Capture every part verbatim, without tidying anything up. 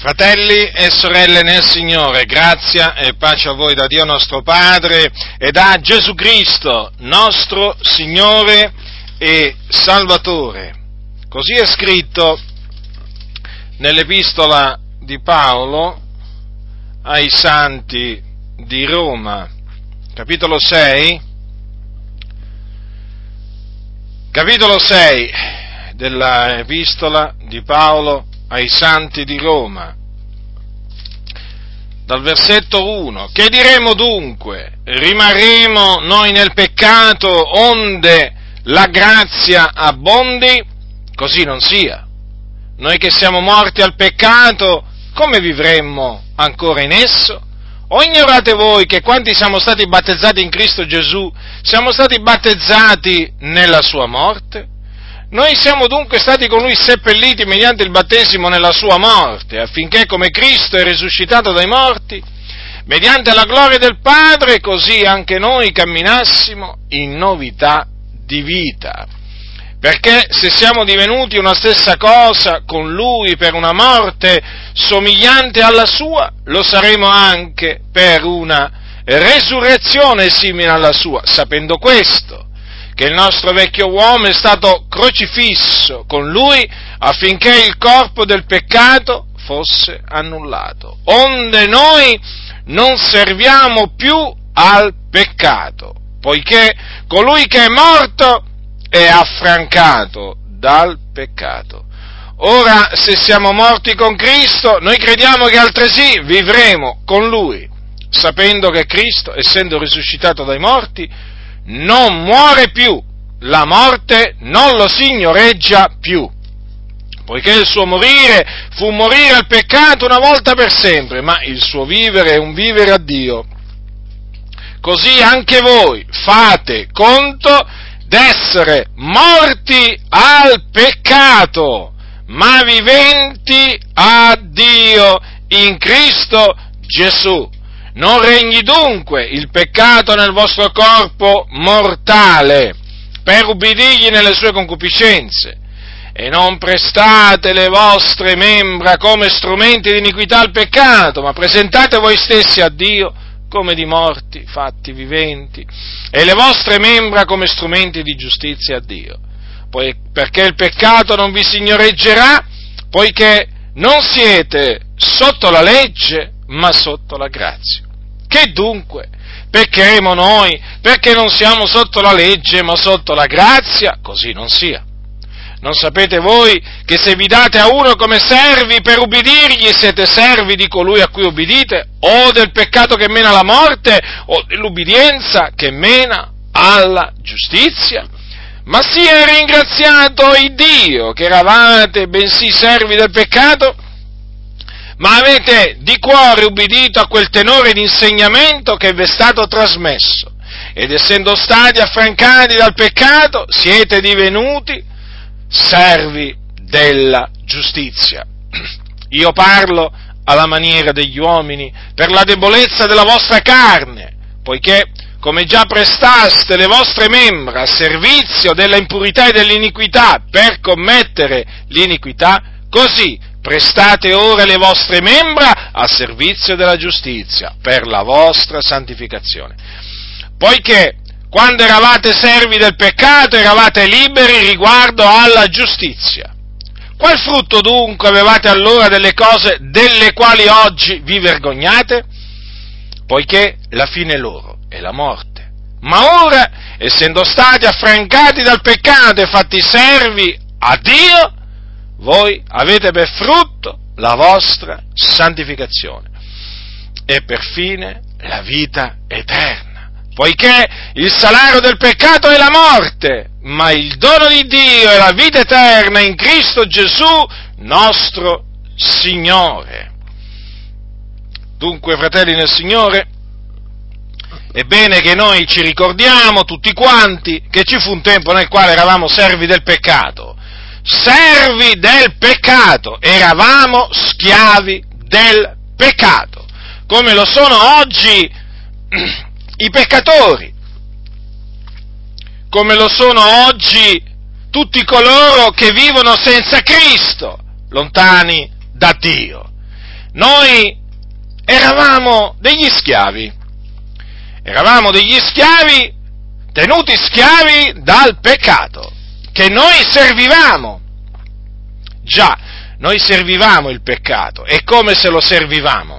Fratelli e sorelle nel Signore, grazia e pace a voi da Dio nostro Padre e da Gesù Cristo, nostro Signore e Salvatore. Così è scritto nell'Epistola di Paolo ai Santi di Roma, capitolo sei, capitolo sei della Epistola di Paolo ai Santi di Roma, dal versetto uno. Che diremo dunque? Rimarremo noi nel peccato onde la grazia abbondi? Così non sia. Noi che siamo morti al peccato, come vivremmo ancora in esso? O ignorate voi che quanti siamo stati battezzati in Cristo Gesù, siamo stati battezzati nella sua morte? Noi siamo dunque stati con lui seppelliti mediante il battesimo nella sua morte, affinché come Cristo è risuscitato dai morti, mediante la gloria del Padre, così anche noi camminassimo in novità di vita. Perché se siamo divenuti una stessa cosa con lui per una morte somigliante alla sua, lo saremo anche per una resurrezione simile alla sua, sapendo questo, che il nostro vecchio uomo è stato crocifisso con lui affinché il corpo del peccato fosse annullato, onde noi non serviamo più al peccato, poiché colui che è morto è affrancato dal peccato. Ora, se siamo morti con Cristo, noi crediamo che altresì vivremo con lui, sapendo che Cristo, essendo risuscitato dai morti, non muore più, la morte non lo signoreggia più, poiché il suo morire fu morire al peccato una volta per sempre, ma il suo vivere è un vivere a Dio. Così anche voi fate conto d'essere morti al peccato, ma viventi a Dio in Cristo Gesù. Non regni dunque il peccato nel vostro corpo mortale, per ubbidirgli nelle sue concupiscenze, e non prestate le vostre membra come strumenti di iniquità al peccato, ma presentate voi stessi a Dio come di morti fatti viventi, e le vostre membra come strumenti di giustizia a Dio, poi, perché il peccato non vi signoreggerà, poiché non siete sotto la legge, ma sotto la grazia. Che dunque? Peccheremo noi perché non siamo sotto la legge ma sotto la grazia? Così non sia. Non sapete voi che se vi date a uno come servi per ubbidirgli, siete servi di colui a cui ubbidite, o del peccato che mena alla morte, o dell'ubbidienza che mena alla giustizia? Ma sia ringraziato il Dio che eravate bensì servi del peccato, ma avete di cuore ubbidito a quel tenore di insegnamento che vi è stato trasmesso, ed essendo stati affrancati dal peccato, siete divenuti servi della giustizia. Io parlo alla maniera degli uomini per la debolezza della vostra carne, poiché come già prestaste le vostre membra a servizio della impurità e dell'iniquità per commettere l'iniquità, così prestate ora le vostre membra a servizio della giustizia, per la vostra santificazione. Poiché, quando eravate servi del peccato, eravate liberi riguardo alla giustizia. Qual frutto dunque avevate allora delle cose delle quali oggi vi vergognate? Poiché la fine loro è la morte. Ma ora, essendo stati affrancati dal peccato e fatti servi a Dio, voi avete per frutto la vostra santificazione e per fine la vita eterna, poiché il salario del peccato è la morte, ma il dono di Dio è la vita eterna in Cristo Gesù, nostro Signore. Dunque, fratelli nel Signore, è bene che noi ci ricordiamo tutti quanti che ci fu un tempo nel quale eravamo servi del peccato, servi del peccato, eravamo schiavi del peccato, come lo sono oggi i peccatori, come lo sono oggi tutti coloro che vivono senza Cristo, lontani da Dio. noi eravamo degli schiavi, eravamo degli schiavi, tenuti schiavi dal peccato, che noi servivamo. Già, noi servivamo il peccato, e come se lo servivamo?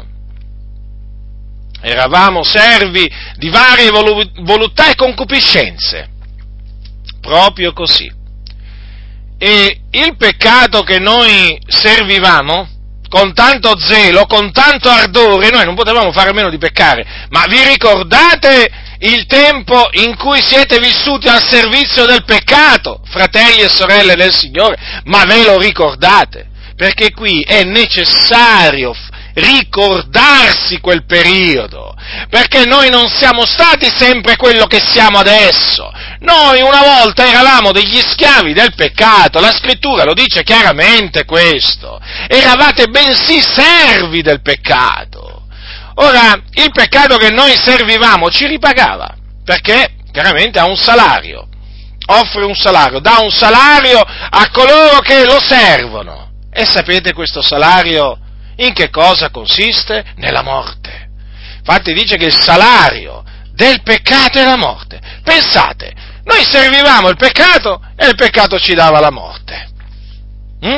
Eravamo servi di varie volu- voluttà e concupiscenze, proprio così. E il peccato che noi servivamo, con tanto zelo, con tanto ardore, noi non potevamo fare a meno di peccare. Ma vi ricordate il tempo in cui siete vissuti al servizio del peccato, fratelli e sorelle del Signore? Ma ve lo ricordate? Perché qui è necessario ricordarsi quel periodo, perché noi non siamo stati sempre quello che siamo adesso. Noi una volta eravamo degli schiavi del peccato, la Scrittura lo dice chiaramente questo, eravate bensì servi del peccato. Ora, il peccato che noi servivamo ci ripagava, perché chiaramente ha un salario, offre un salario, dà un salario a coloro che lo servono. E sapete questo salario in che cosa consiste? Nella morte. Infatti dice che il salario del peccato è la morte. Pensate, noi servivamo il peccato e il peccato ci dava la morte. Mm?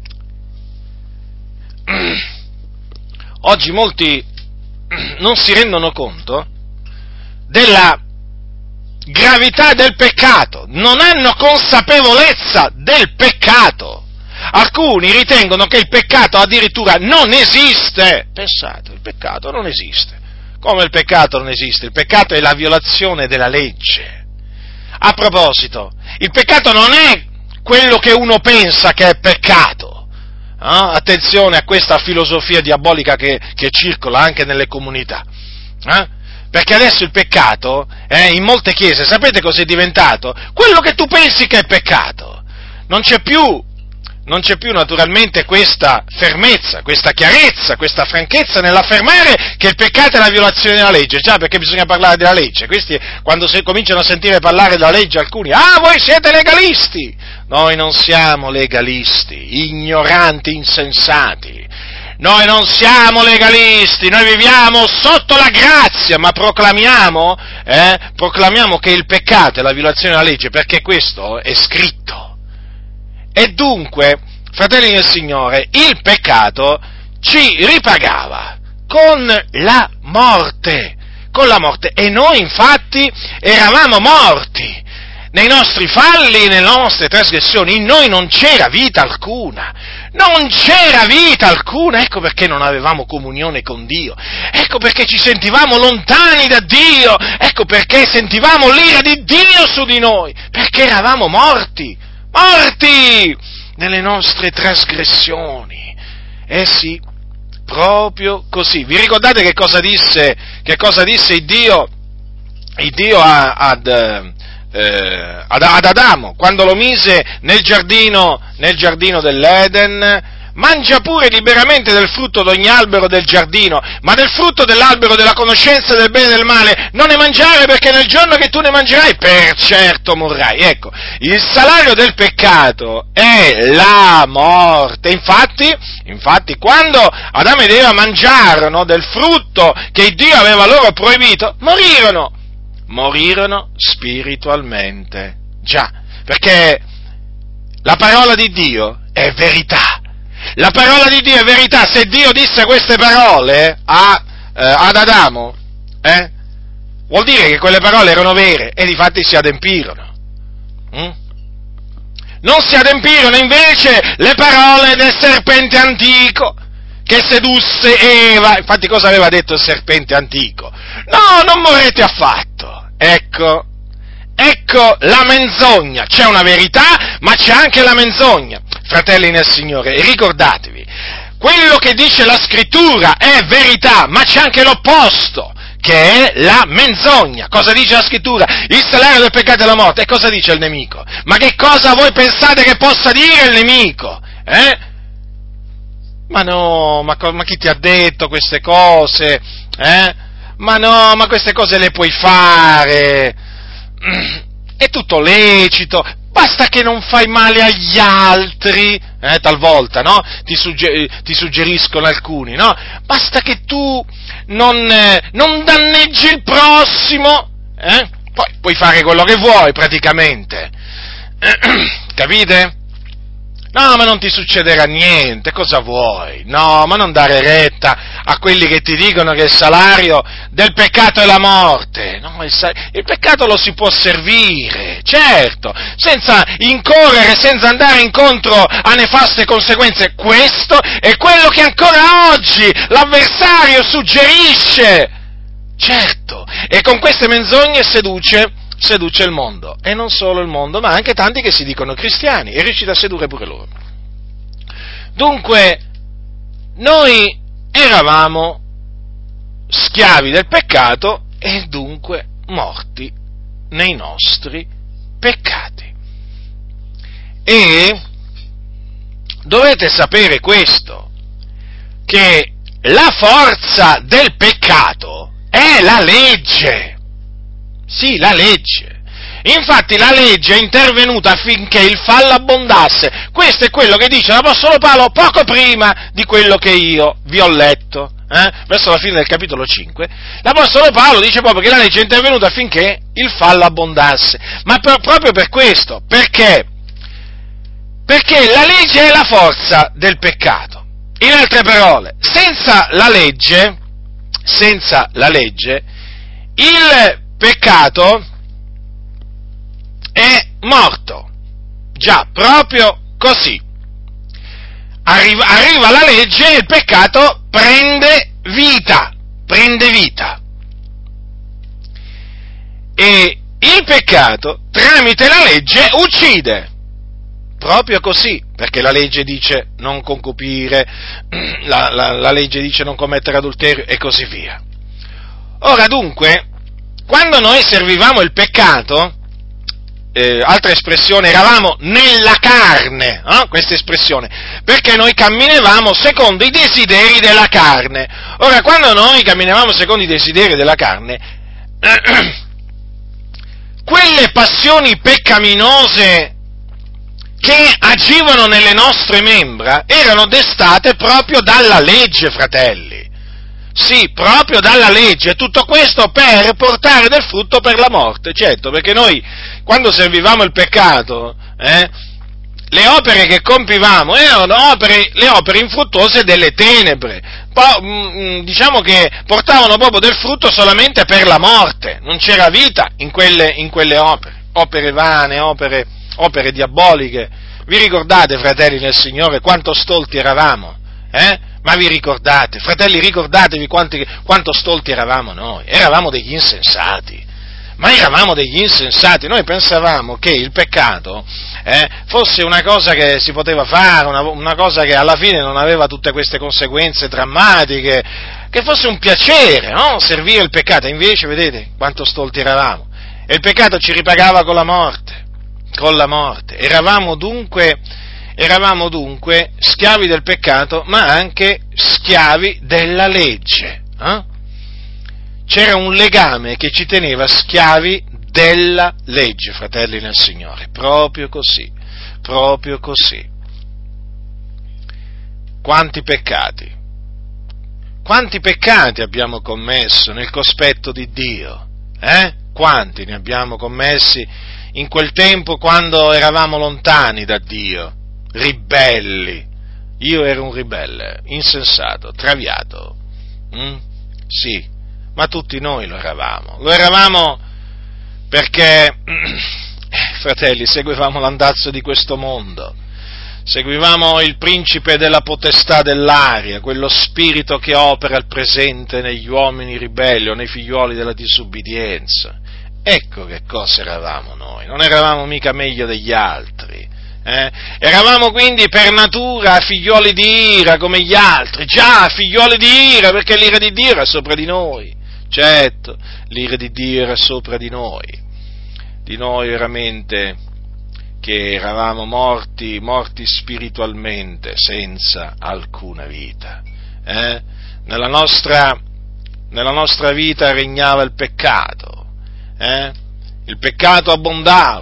Oggi molti non si rendono conto della gravità del peccato, non hanno consapevolezza del peccato. Alcuni ritengono che il peccato addirittura non esiste. Pensate, il peccato non esiste. Come il peccato non esiste? Il peccato è la violazione della legge. A proposito, il peccato non è quello che uno pensa che è peccato. Eh? Attenzione a questa filosofia diabolica che, che circola anche nelle comunità. Eh? Perché adesso il peccato, eh, in molte chiese, sapete cos'è diventato? Quello che tu pensi che è peccato. Non c'è più Non c'è più naturalmente questa fermezza, questa chiarezza, questa franchezza nell'affermare che il peccato è la violazione della legge, già perché bisogna parlare della legge. Questi, quando si cominciano a sentire parlare della legge, alcuni, ah, voi siete legalisti! Noi non siamo legalisti, ignoranti, insensati. Noi non siamo legalisti, noi viviamo sotto la grazia, ma proclamiamo, eh, proclamiamo che il peccato è la violazione della legge, perché questo è scritto. E dunque, fratelli del Signore, il peccato ci ripagava con la morte, con la morte, e noi infatti eravamo morti nei nostri falli, nelle nostre trasgressioni, in noi non c'era vita alcuna, non c'era vita alcuna, ecco perché non avevamo comunione con Dio, ecco perché ci sentivamo lontani da Dio, ecco perché sentivamo l'ira di Dio su di noi, perché eravamo morti. Morti nelle nostre trasgressioni. Eh sì, proprio così. Vi ricordate che cosa disse, che cosa disse il Dio, il Dio a, ad, eh, ad, ad Adamo, quando lo mise nel giardino, nel giardino dell'Eden? Mangia pure liberamente del frutto d'ogni albero del giardino, ma del frutto dell'albero della conoscenza del bene e del male non ne mangiare, perché nel giorno che tu ne mangerai per certo morrai. Ecco, il salario del peccato è la morte. Infatti, infatti quando Adamo ed Eva mangiarono del frutto che Dio aveva loro proibito, morirono, morirono spiritualmente. Già, perché la parola di Dio è verità. La parola di Dio è verità. Se Dio disse queste parole a, eh, ad Adamo, eh, vuol dire che quelle parole erano vere, e difatti si adempirono. Mm? Non si adempirono invece le parole del serpente antico, che sedusse Eva. Infatti cosa aveva detto il serpente antico? No, non morrete affatto. Ecco, ecco la menzogna. C'è una verità, ma c'è anche la menzogna. Fratelli nel Signore, ricordatevi, quello che dice la Scrittura è verità, ma c'è anche l'opposto, che è la menzogna. Cosa dice la Scrittura? Il salario del peccato è la morte. E cosa dice il nemico? Ma che cosa voi pensate che possa dire il nemico? Eh? Ma no, ma, ma chi ti ha detto queste cose? Eh? Ma no, ma queste cose le puoi fare. È tutto lecito. Basta che non fai male agli altri, eh, talvolta, no? Ti, sugger- ti suggeriscono alcuni, no? Basta che tu non, eh, non danneggi il prossimo, eh? Poi puoi fare quello che vuoi, praticamente. Capite? No, ma non ti succederà niente, cosa vuoi? No, ma non dare retta a quelli che ti dicono che il salario del peccato è la morte. No, il, sal- il peccato lo si può servire, certo, senza incorrere, senza andare incontro a nefaste conseguenze. Questo è quello che ancora oggi l'avversario suggerisce. Certo, e con queste menzogne seduce seduce il mondo, e non solo il mondo, ma anche tanti che si dicono cristiani, e riuscite a sedurre pure loro. Dunque, noi eravamo schiavi del peccato e dunque morti nei nostri peccati. E dovete sapere questo, che la forza del peccato è la legge. Sì, la legge. Infatti la legge è intervenuta affinché il fallo abbondasse. Questo è quello che dice l'Apostolo Paolo poco prima di quello che io vi ho letto, eh? Verso la fine del capitolo cinque. L'Apostolo Paolo dice proprio che la legge è intervenuta affinché il fallo abbondasse. Ma per, proprio per questo, perché? Perché la legge è la forza del peccato. In altre parole, senza la legge, senza la legge, il peccato è morto, già, proprio così. Arriva, arriva la legge e il peccato prende vita, prende vita. E il peccato, tramite la legge, uccide, proprio così, perché la legge dice non concupire, la, la, la legge dice non commettere adulterio e così via. Ora dunque, quando noi servivamo il peccato, eh, altra espressione, eravamo nella carne, eh, questa espressione, perché noi camminavamo secondo i desideri della carne. Ora, quando noi camminavamo secondo i desideri della carne, eh, quelle passioni peccaminose che agivano nelle nostre membra erano destate proprio dalla legge, fratelli. Sì, proprio dalla legge, tutto questo per portare del frutto per la morte, certo, perché noi, quando servivamo il peccato, eh, le opere che compivamo erano opere, le opere infruttuose delle tenebre, po- mh, diciamo che portavano proprio del frutto solamente per la morte, non c'era vita in quelle, in quelle opere, opere vane, opere, opere diaboliche. Vi ricordate, fratelli nel Signore, quanto stolti eravamo? Eh? Ma vi ricordate? Fratelli, ricordatevi quanti, quanto stolti eravamo noi? Eravamo degli insensati. Ma eravamo degli insensati. Noi pensavamo che il peccato eh, fosse una cosa che si poteva fare, una, una cosa che alla fine non aveva tutte queste conseguenze drammatiche, che fosse un piacere, no? Servire il peccato. Invece, vedete, quanto stolti eravamo. E il peccato ci ripagava con la morte. Con la morte. Eravamo dunque... Eravamo dunque schiavi del peccato, ma anche schiavi della legge. Eh? C'era un legame che ci teneva schiavi della legge, fratelli nel Signore, proprio così, proprio così. Quanti peccati, quanti peccati abbiamo commesso nel cospetto di Dio, eh? Quanti ne abbiamo commessi in quel tempo quando eravamo lontani da Dio? Ribelli, io ero un ribelle, insensato, traviato, mm? Sì, ma tutti noi lo eravamo, lo eravamo perché, fratelli, seguivamo l'andazzo di questo mondo, seguivamo il principe della potestà dell'aria, quello spirito che opera al presente negli uomini ribelli o nei figliuoli della disubbidienza. Ecco che cosa eravamo noi, non eravamo mica meglio degli altri. Eh? Eravamo quindi per natura figlioli di ira come gli altri, già figlioli di ira, perché l'ira di Dio era sopra di noi, certo, l'ira di Dio era sopra di noi, di noi veramente che eravamo morti, morti spiritualmente, senza alcuna vita. Eh? Nella nostra, nella nostra vita regnava il peccato, eh? Il peccato abbondava.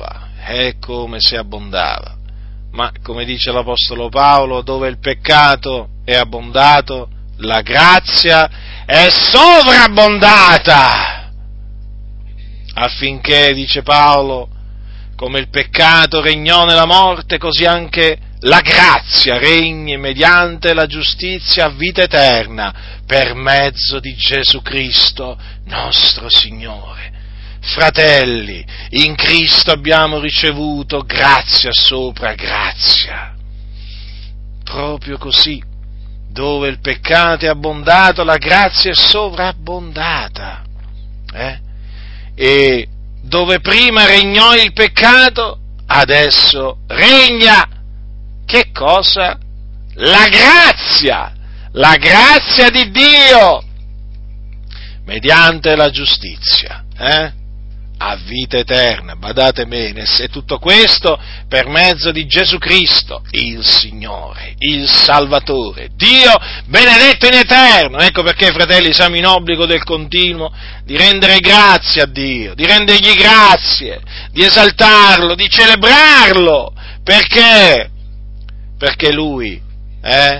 e come se abbondava. Ma, come dice l'Apostolo Paolo, dove il peccato è abbondato, la grazia è sovrabbondata, affinché, dice Paolo, come il peccato regnò nella morte, così anche la grazia regni mediante la giustizia a vita eterna, per mezzo di Gesù Cristo, nostro Signore. Fratelli, in Cristo abbiamo ricevuto grazia sopra grazia. Proprio così, dove il peccato è abbondato, la grazia è sovrabbondata. Eh? E dove prima regnò il peccato, adesso regna, che cosa? La grazia, la grazia di Dio, mediante la giustizia, eh? a vita eterna, badate bene, e tutto questo per mezzo di Gesù Cristo, il Signore, il Salvatore, Dio benedetto in eterno. Ecco perché, fratelli, siamo in obbligo del continuo di rendere grazie a Dio, di rendergli grazie, di esaltarlo, di celebrarlo, perché? Perché Lui eh,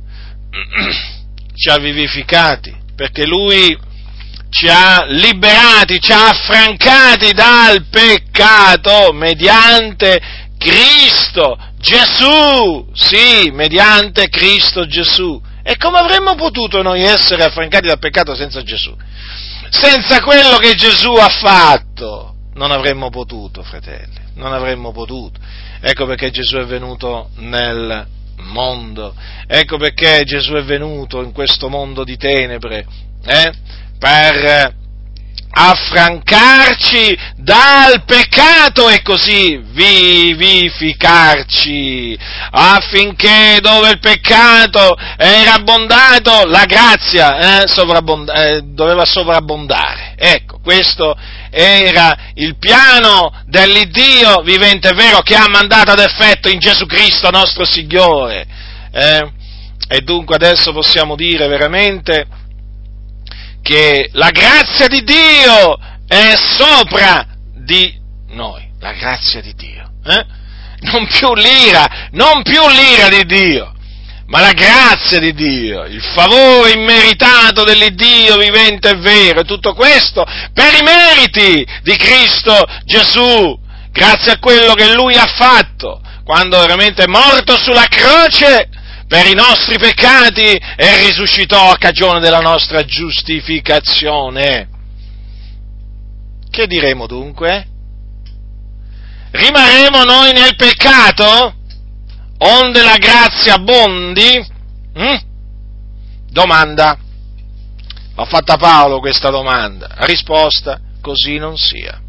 ci ha vivificati, perché Lui ci ha liberati, ci ha affrancati dal peccato mediante Cristo Gesù, sì, mediante Cristo Gesù. E come avremmo potuto noi essere affrancati dal peccato senza Gesù? Senza quello che Gesù ha fatto, non avremmo potuto, fratelli, non avremmo potuto. Ecco perché Gesù è venuto nel mondo, ecco perché Gesù è venuto in questo mondo di tenebre, eh? per affrancarci dal peccato e così vivificarci, affinché dove il peccato era abbondato, la grazia eh, sovrabbond- eh, doveva sovrabbondare. Ecco, questo era il piano dell'Iddio vivente e vero, che ha mandato ad effetto in Gesù Cristo nostro Signore. Eh? E dunque adesso possiamo dire veramente che la grazia di Dio è sopra di noi, la grazia di Dio, eh? non più l'ira, non più l'ira di Dio, ma la grazia di Dio, il favore immeritato dell'Iddio vivente e vero, e tutto questo per i meriti di Cristo Gesù, grazie a quello che Lui ha fatto, quando veramente è morto sulla croce per i nostri peccati e risuscitò a cagione della nostra giustificazione. Che diremo dunque? Rimarremo noi nel peccato, onde la grazia abbondi? Hm? Domanda. L'ha fatta Paolo questa domanda. La risposta: così non sia.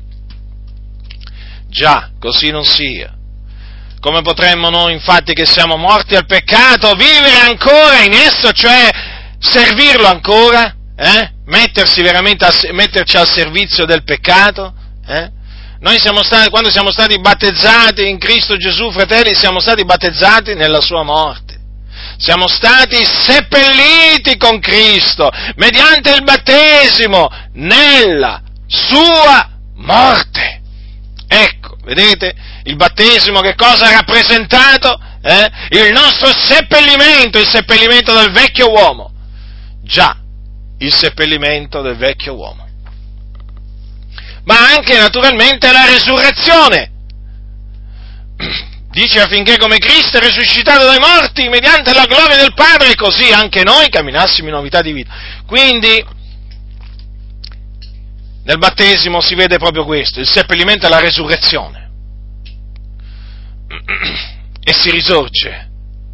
Già, così non sia. Come potremmo noi, infatti, che siamo morti al peccato, vivere ancora in esso, cioè servirlo ancora? Eh? Mettersi veramente a, metterci al servizio del peccato? Eh? Noi siamo stati, quando siamo stati battezzati in Cristo Gesù, fratelli, siamo stati battezzati nella sua morte. Siamo stati seppelliti con Cristo mediante il battesimo nella sua morte. Ecco, vedete? Il battesimo che cosa ha rappresentato? Eh? Il nostro seppellimento, il seppellimento del vecchio uomo. Già, il seppellimento del vecchio uomo. Ma anche naturalmente la resurrezione. Dice affinché come Cristo è risuscitato dai morti mediante la gloria del Padre, così anche noi camminassimo in novità di vita. Quindi nel battesimo si vede proprio questo, il seppellimento e la resurrezione. E si risorge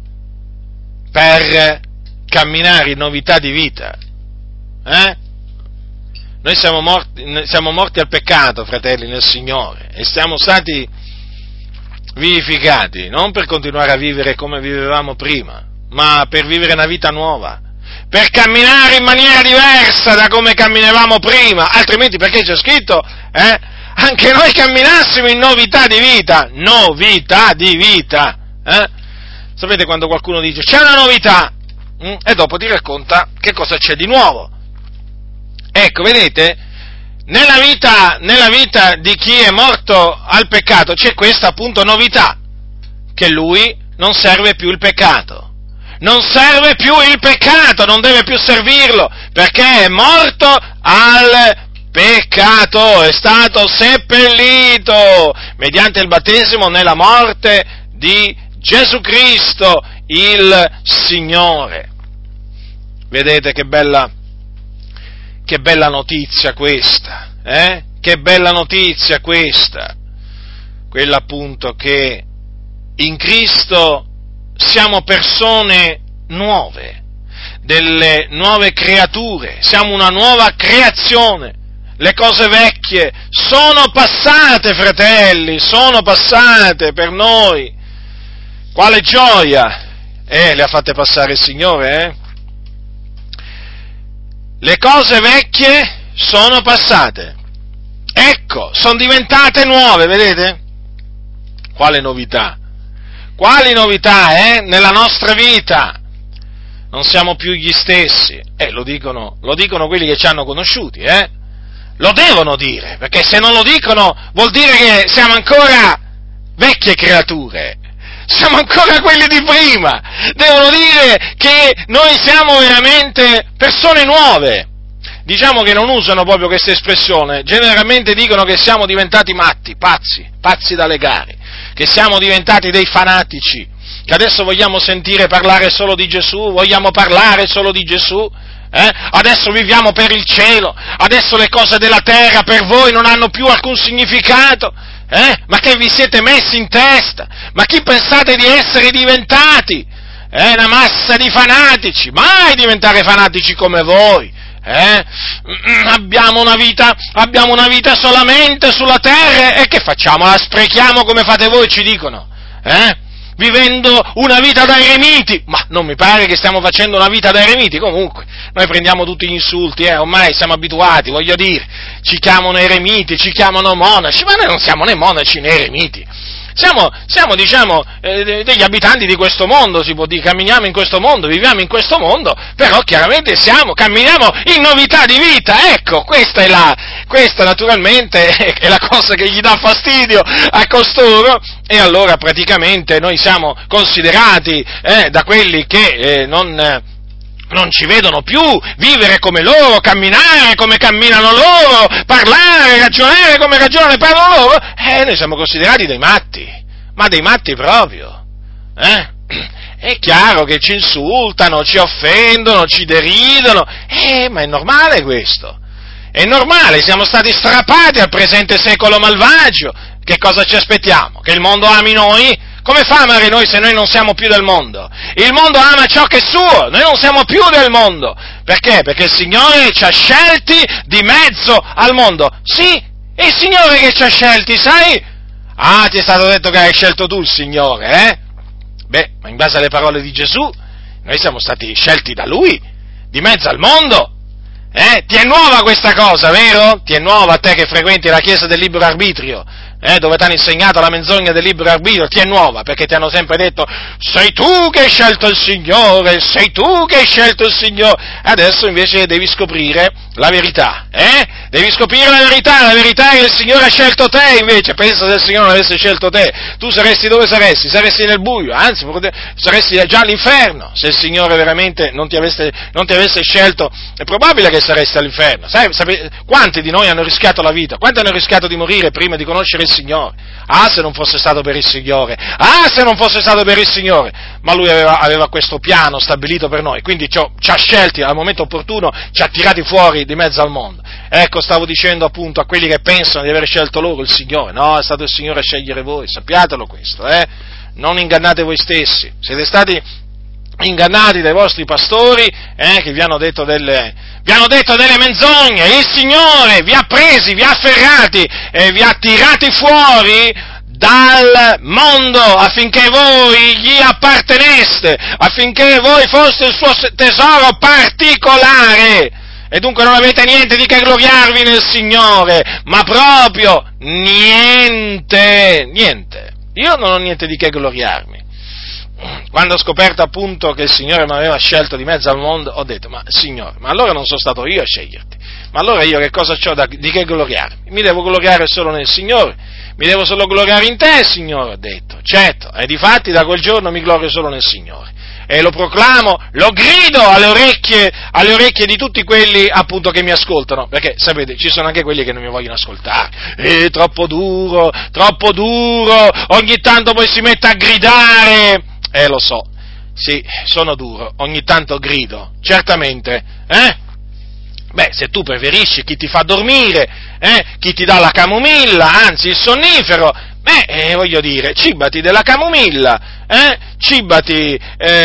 per camminare in novità di vita. Eh? Noi siamo morti, siamo morti al peccato, fratelli, nel Signore, e siamo stati vivificati, non per continuare a vivere come vivevamo prima, ma per vivere una vita nuova, per camminare in maniera diversa da come camminavamo prima, altrimenti perché c'è scritto, eh? Anche noi camminassimo in novità di vita, novità di vita, eh? Sapete quando qualcuno dice c'è una novità, hm? e dopo ti racconta che cosa c'è di nuovo. Ecco, vedete, nella vita, nella vita di chi è morto al peccato c'è questa appunto novità, che lui non serve più il peccato. Non serve più il peccato, non deve più servirlo, perché è morto al peccato, è stato seppellito mediante il battesimo nella morte di Gesù Cristo, il Signore. Vedete che bella, che bella notizia questa, eh? Che bella notizia questa, quella appunto che in Cristo siamo persone nuove, delle nuove creature, siamo una nuova creazione. Le cose vecchie sono passate, fratelli, sono passate per noi. Quale gioia! Eh, le ha fatte passare il Signore, eh? Le cose vecchie sono passate. Ecco, sono diventate nuove, vedete? Quale novità? Quali novità, eh? Nella nostra vita non siamo più gli stessi, eh, lo dicono, lo dicono quelli che ci hanno conosciuti, eh? Lo devono dire, perché se non lo dicono vuol dire che siamo ancora vecchie creature, siamo ancora quelli di prima, devono dire che noi siamo veramente persone nuove. Diciamo che non usano proprio questa espressione, generalmente dicono che siamo diventati matti, pazzi, pazzi da legare, che siamo diventati dei fanatici, che adesso vogliamo sentire parlare solo di Gesù, vogliamo parlare solo di Gesù, eh? Adesso viviamo per il cielo, adesso le cose della terra per voi non hanno più alcun significato, eh? Ma che vi siete messi in testa? Ma chi pensate di essere diventati? Eh? Una massa di fanatici, mai diventare fanatici come voi. Eh? Abbiamo una vita, abbiamo una vita solamente sulla terra e che facciamo? La sprechiamo come fate voi, ci dicono, eh? Vivendo una vita da eremiti, ma non mi pare che stiamo facendo una vita da eremiti. Comunque, noi prendiamo tutti gli insulti, eh? Ormai siamo abituati, voglio dire, ci chiamano eremiti, ci chiamano monaci, ma noi non siamo né monaci né eremiti. Siamo, siamo diciamo, eh, degli abitanti di questo mondo, si può dire, camminiamo in questo mondo, viviamo in questo mondo, però chiaramente siamo, camminiamo in novità di vita, ecco, questa è la, questa naturalmente è la cosa che gli dà fastidio a costoro, e allora praticamente noi siamo considerati eh, da quelli che eh, non... Eh, non ci vedono più vivere come loro, camminare come camminano loro, parlare, ragionare come ragionano e parlano loro, eh, noi siamo considerati dei matti, ma dei matti proprio, eh? È chiaro che ci insultano, ci offendono, ci deridono, eh, ma è normale questo, è normale, siamo stati strappati al presente secolo malvagio, che cosa ci aspettiamo? Che il mondo ami noi? Come fa a amare noi se noi non siamo più del mondo? Il mondo ama ciò che è suo, noi non siamo più del mondo. Perché? Perché il Signore ci ha scelti di mezzo al mondo. Sì, è il Signore che ci ha scelti, sai? Ah, ti è stato detto che hai scelto tu il Signore, eh? Beh, ma in base alle parole di Gesù, noi siamo stati scelti da Lui, di mezzo al mondo. Eh? Ti è nuova questa cosa, vero? Ti è nuova a te che frequenti la Chiesa del libero arbitrio, eh? Dove ti hanno insegnato la menzogna del libero arbitrio, ti è nuova, perché ti hanno sempre detto, sei tu che hai scelto il Signore, sei tu che hai scelto il Signore. Adesso invece devi scoprire la verità, eh? Devi scoprire la verità, la verità è che il Signore ha scelto te, invece, pensa se il Signore non avesse scelto te, tu saresti dove saresti? Saresti nel buio, anzi, saresti già all'inferno, se il Signore veramente non ti avesse, non ti avesse scelto, è probabile che saresti all'inferno. Sai, sapete, quanti di noi hanno rischiato la vita? Quanti hanno rischiato di morire prima di conoscere il Signore? Ah, se non fosse stato per il Signore! Ah, se non fosse stato per il Signore! Ma Lui aveva, aveva questo piano stabilito per noi, quindi ci ha scelti al momento opportuno, ci ha tirati fuori di mezzo al mondo. Ecco, stavo dicendo appunto a quelli che pensano di aver scelto loro il Signore. No, è stato il Signore a scegliere voi, sappiatelo questo, eh? Non ingannate voi stessi. Siete stati ingannati dai vostri pastori, eh, che vi hanno detto delle, vi hanno detto delle menzogne. Il Signore vi ha presi, vi ha afferrati e vi ha tirati fuori dal mondo affinché voi gli apparteneste, affinché voi foste il suo tesoro particolare. E dunque non avete niente di che gloriarvi nel Signore, ma proprio niente, niente. Io non ho niente di che gloriarmi. Quando ho scoperto appunto che il Signore mi aveva scelto di mezzo al mondo, ho detto, ma Signore, ma allora non sono stato io a sceglierti, Ma allora io che cosa c'ho da, di che gloriarmi? Mi devo gloriare solo nel Signore, mi devo solo gloriare in te, Signore, ho detto, certo, e difatti da quel giorno mi glorio solo nel Signore, e lo proclamo, lo grido alle orecchie, alle orecchie di tutti quelli appunto che mi ascoltano, perché sapete, ci sono anche quelli che non mi vogliono ascoltare, è troppo duro, troppo duro, ogni tanto poi si mette a gridare, eh lo so, sì, sono duro, ogni tanto grido, certamente, eh? Beh, se tu preferisci chi ti fa dormire, eh, chi ti dà la camomilla, anzi il sonnifero, beh, eh, voglio dire, cibati della camomilla, eh, cibati,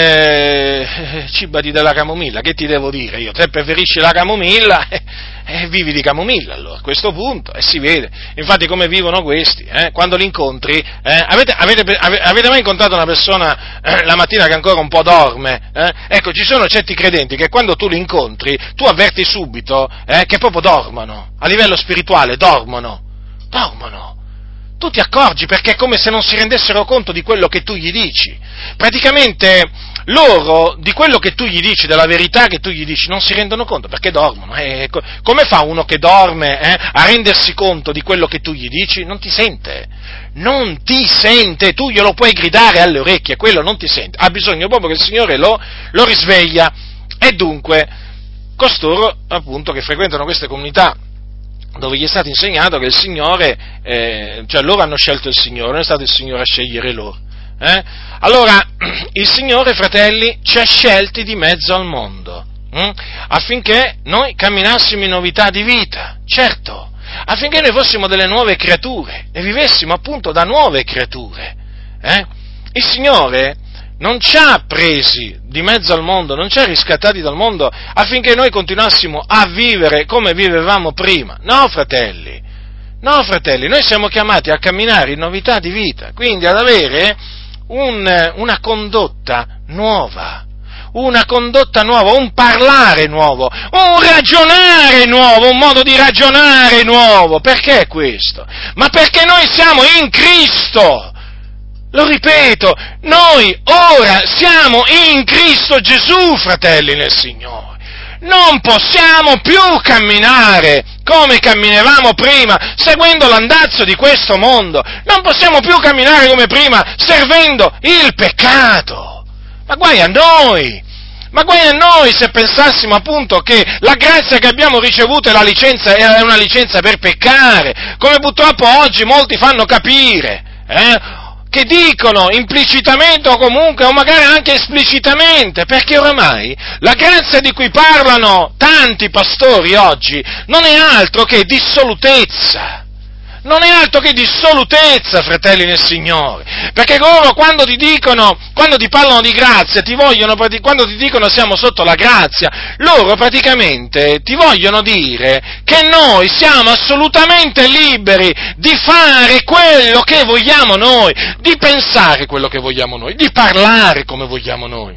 eh, cibati della camomilla, che ti devo dire io? Se preferisci la camomilla, eh, eh, vivi di camomilla allora, a questo punto, e eh, si vede, infatti come vivono questi, eh, quando li incontri, eh, avete, avete, avete mai incontrato una persona eh, la mattina che ancora un po' dorme? Eh? Ecco, ci sono certi credenti che quando tu li incontri, tu avverti subito eh, che proprio dormono, a livello spirituale dormono, dormono. Tu ti accorgi perché è come se non si rendessero conto di quello che tu gli dici. Praticamente loro, di quello che tu gli dici, della verità che tu gli dici, non si rendono conto perché dormono. Eh, come fa uno che dorme eh, a rendersi conto di quello che tu gli dici? Non ti sente. Non ti sente, tu glielo puoi gridare alle orecchie, quello non ti sente. Ha bisogno proprio che il Signore lo, lo risveglia. E dunque, costoro, appunto, che frequentano queste comunità, dove gli è stato insegnato che il Signore, eh, cioè loro hanno scelto il Signore, non è stato il Signore a scegliere loro. Eh? Allora, il Signore, fratelli, ci ha scelti di mezzo al mondo, hm? affinché noi camminassimo in novità di vita, certo, affinché noi fossimo delle nuove creature e vivessimo appunto da nuove creature. Eh? Il Signore non ci ha presi di mezzo al mondo, non ci ha riscattati dal mondo affinché noi continuassimo a vivere come vivevamo prima. No, fratelli, no, fratelli, noi siamo chiamati a camminare in novità di vita, quindi ad avere un, una condotta nuova, una condotta nuova, un parlare nuovo, un ragionare nuovo, un modo di ragionare nuovo. Perché questo? Ma perché noi siamo in Cristo! Lo ripeto, noi ora siamo in Cristo Gesù, fratelli nel Signore. Non possiamo più camminare come camminavamo prima, seguendo l'andazzo di questo mondo. Non possiamo più camminare come prima, servendo il peccato. Ma guai a noi! Ma guai a noi se pensassimo appunto che la grazia che abbiamo ricevuto è, la licenza, è una licenza per peccare, come purtroppo oggi molti fanno capire, eh? che dicono implicitamente o comunque o magari anche esplicitamente, perché oramai la grazia di cui parlano tanti pastori oggi non è altro che dissolutezza, non è altro che dissolutezza, fratelli nel Signore, perché loro quando ti dicono, quando ti parlano di grazia, ti vogliono, quando ti dicono siamo sotto la grazia, loro praticamente ti vogliono dire che noi siamo assolutamente liberi di fare quello che vogliamo noi, di pensare quello che vogliamo noi, di parlare come vogliamo noi.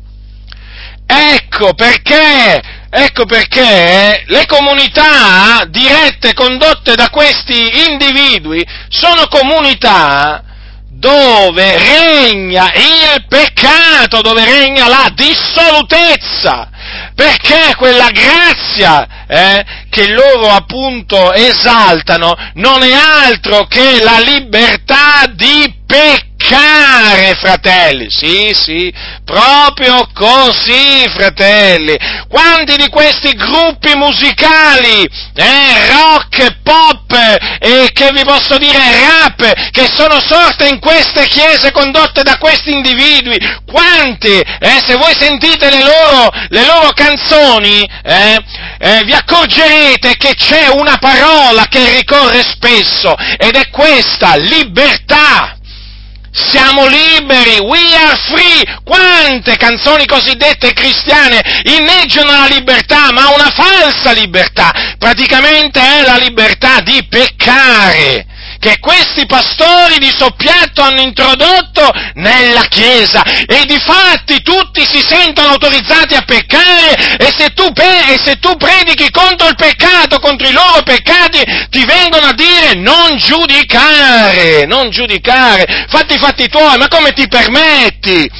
Ecco perché, ecco perché le comunità dirette, condotte da questi individui, sono comunità dove regna il peccato, dove regna la dissolutezza, perché quella grazia eh, che loro appunto esaltano non è altro che la libertà di peccare, fratelli, sì, sì, proprio così, fratelli. Quanti di questi gruppi musicali, eh, rock, pop, e eh, che vi posso dire rap, che sono sorte in queste chiese condotte da questi individui, quanti, eh, se voi sentite le loro, le loro canzoni, eh, eh, vi accorgerete che c'è una parola che ricorre spesso, ed è questa: libertà. Siamo liberi, we are free. Quante canzoni cosiddette cristiane inneggiano la libertà, ma una falsa libertà, praticamente è la libertà di peccare, che questi pastori di soppiatto hanno introdotto nella Chiesa, e difatti tutti si sentono autorizzati a peccare, e se tu, pe- e se tu predichi contro il peccato, contro i loro peccati, ti vengono a dire non giudicare, non giudicare, fatti i fatti tuoi, ma come ti permetti?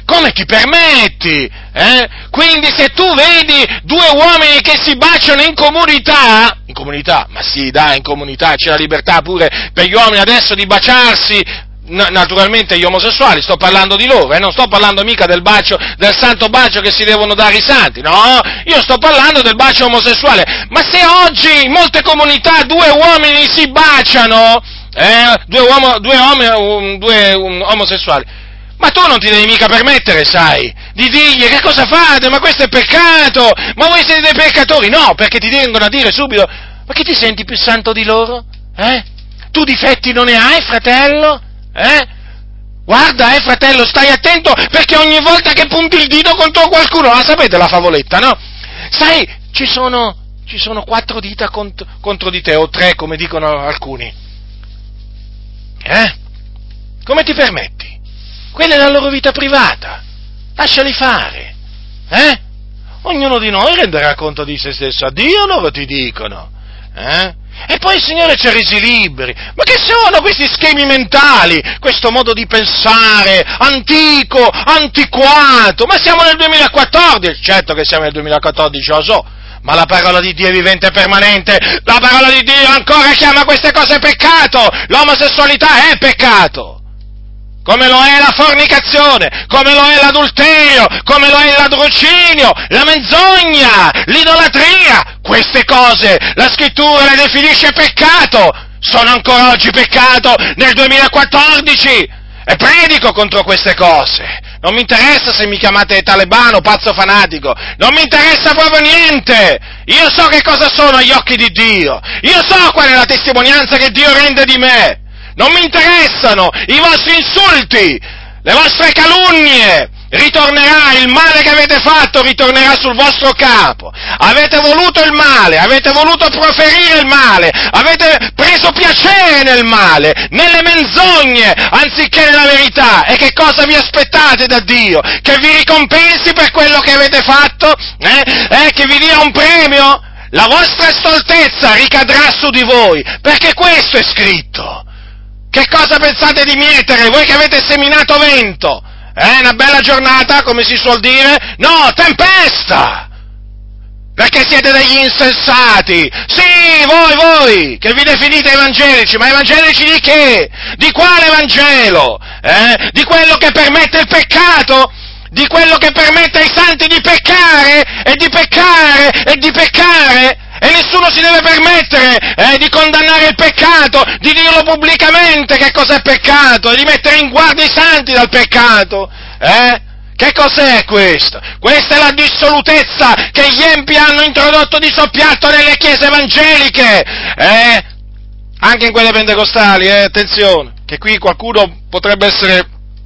Come ti permetti? Eh? Quindi se tu vedi due uomini che si baciano in comunità, in comunità, ma sì dai, in comunità c'è la libertà pure per gli uomini adesso di baciarsi, naturalmente gli omosessuali, sto parlando di loro, eh? Non sto parlando mica del bacio, del santo bacio che si devono dare i santi, no, io sto parlando del bacio omosessuale, ma se oggi in molte comunità due uomini si baciano, eh? due, uomo, due, uomo, due um, omosessuali, ma tu non ti devi mica permettere, sai, di dirgli che cosa fate, ma questo è peccato, ma voi siete dei peccatori, no, perché ti vengono a dire subito, ma che ti senti più santo di loro? Eh? Tu difetti non ne hai, fratello? Eh? Guarda, eh, fratello, stai attento, perché ogni volta che punti il dito contro qualcuno, la sapete la favoletta, no? Sai, ci sono, ci sono quattro dita contro, contro di te, o tre, come dicono alcuni. Eh? Come ti permetti? Quella è la loro vita privata, lasciali fare, eh? Ognuno di noi renderà conto di se stesso a Dio, loro ti dicono, eh? E poi il Signore ci ha resi liberi, ma che sono questi schemi mentali, questo modo di pensare antico, antiquato, ma siamo nel duemilaquattordici, certo che siamo nel duemilaquattordici, lo so, ma la parola di Dio è vivente e permanente, la parola di Dio ancora chiama queste cose peccato, l'omosessualità è peccato. Come lo è la fornicazione, come lo è l'adulterio, come lo è il ladrocinio, la menzogna, l'idolatria, queste cose la Scrittura le definisce peccato, sono ancora oggi peccato nel duemilaquattordici e predico contro queste cose. Non mi interessa se mi chiamate talebano, pazzo fanatico, non mi interessa proprio niente, io so che cosa sono agli occhi di Dio, io so qual è la testimonianza che Dio rende di me. Non mi interessano i vostri insulti, le vostre calunnie, ritornerà il male che avete fatto, ritornerà sul vostro capo. Avete voluto il male, avete voluto proferire il male, avete preso piacere nel male, nelle menzogne, anziché nella verità. E che cosa vi aspettate da Dio? Che vi ricompensi per quello che avete fatto? Eh? Eh, che vi dia un premio? La vostra stoltezza ricadrà su di voi, perché questo è scritto. Che cosa pensate di mietere, voi che avete seminato vento? Eh, una bella giornata, come si suol dire? No, tempesta! Perché siete degli insensati! Sì, voi, voi, che vi definite evangelici, ma evangelici di che? Di quale Vangelo? Eh? Di quello che permette il peccato? Di quello che permette ai santi di peccare, e di peccare, e di peccare? E nessuno si deve permettere eh, di condannare il peccato, di dirlo pubblicamente che cos'è peccato, e di mettere in guardia i santi dal peccato. Eh? Che cos'è questo? Questa è la dissolutezza che gli empi hanno introdotto di soppiatto nelle chiese evangeliche, eh? Anche in quelle pentecostali, eh? Attenzione, che qui qualcuno potrebbe essere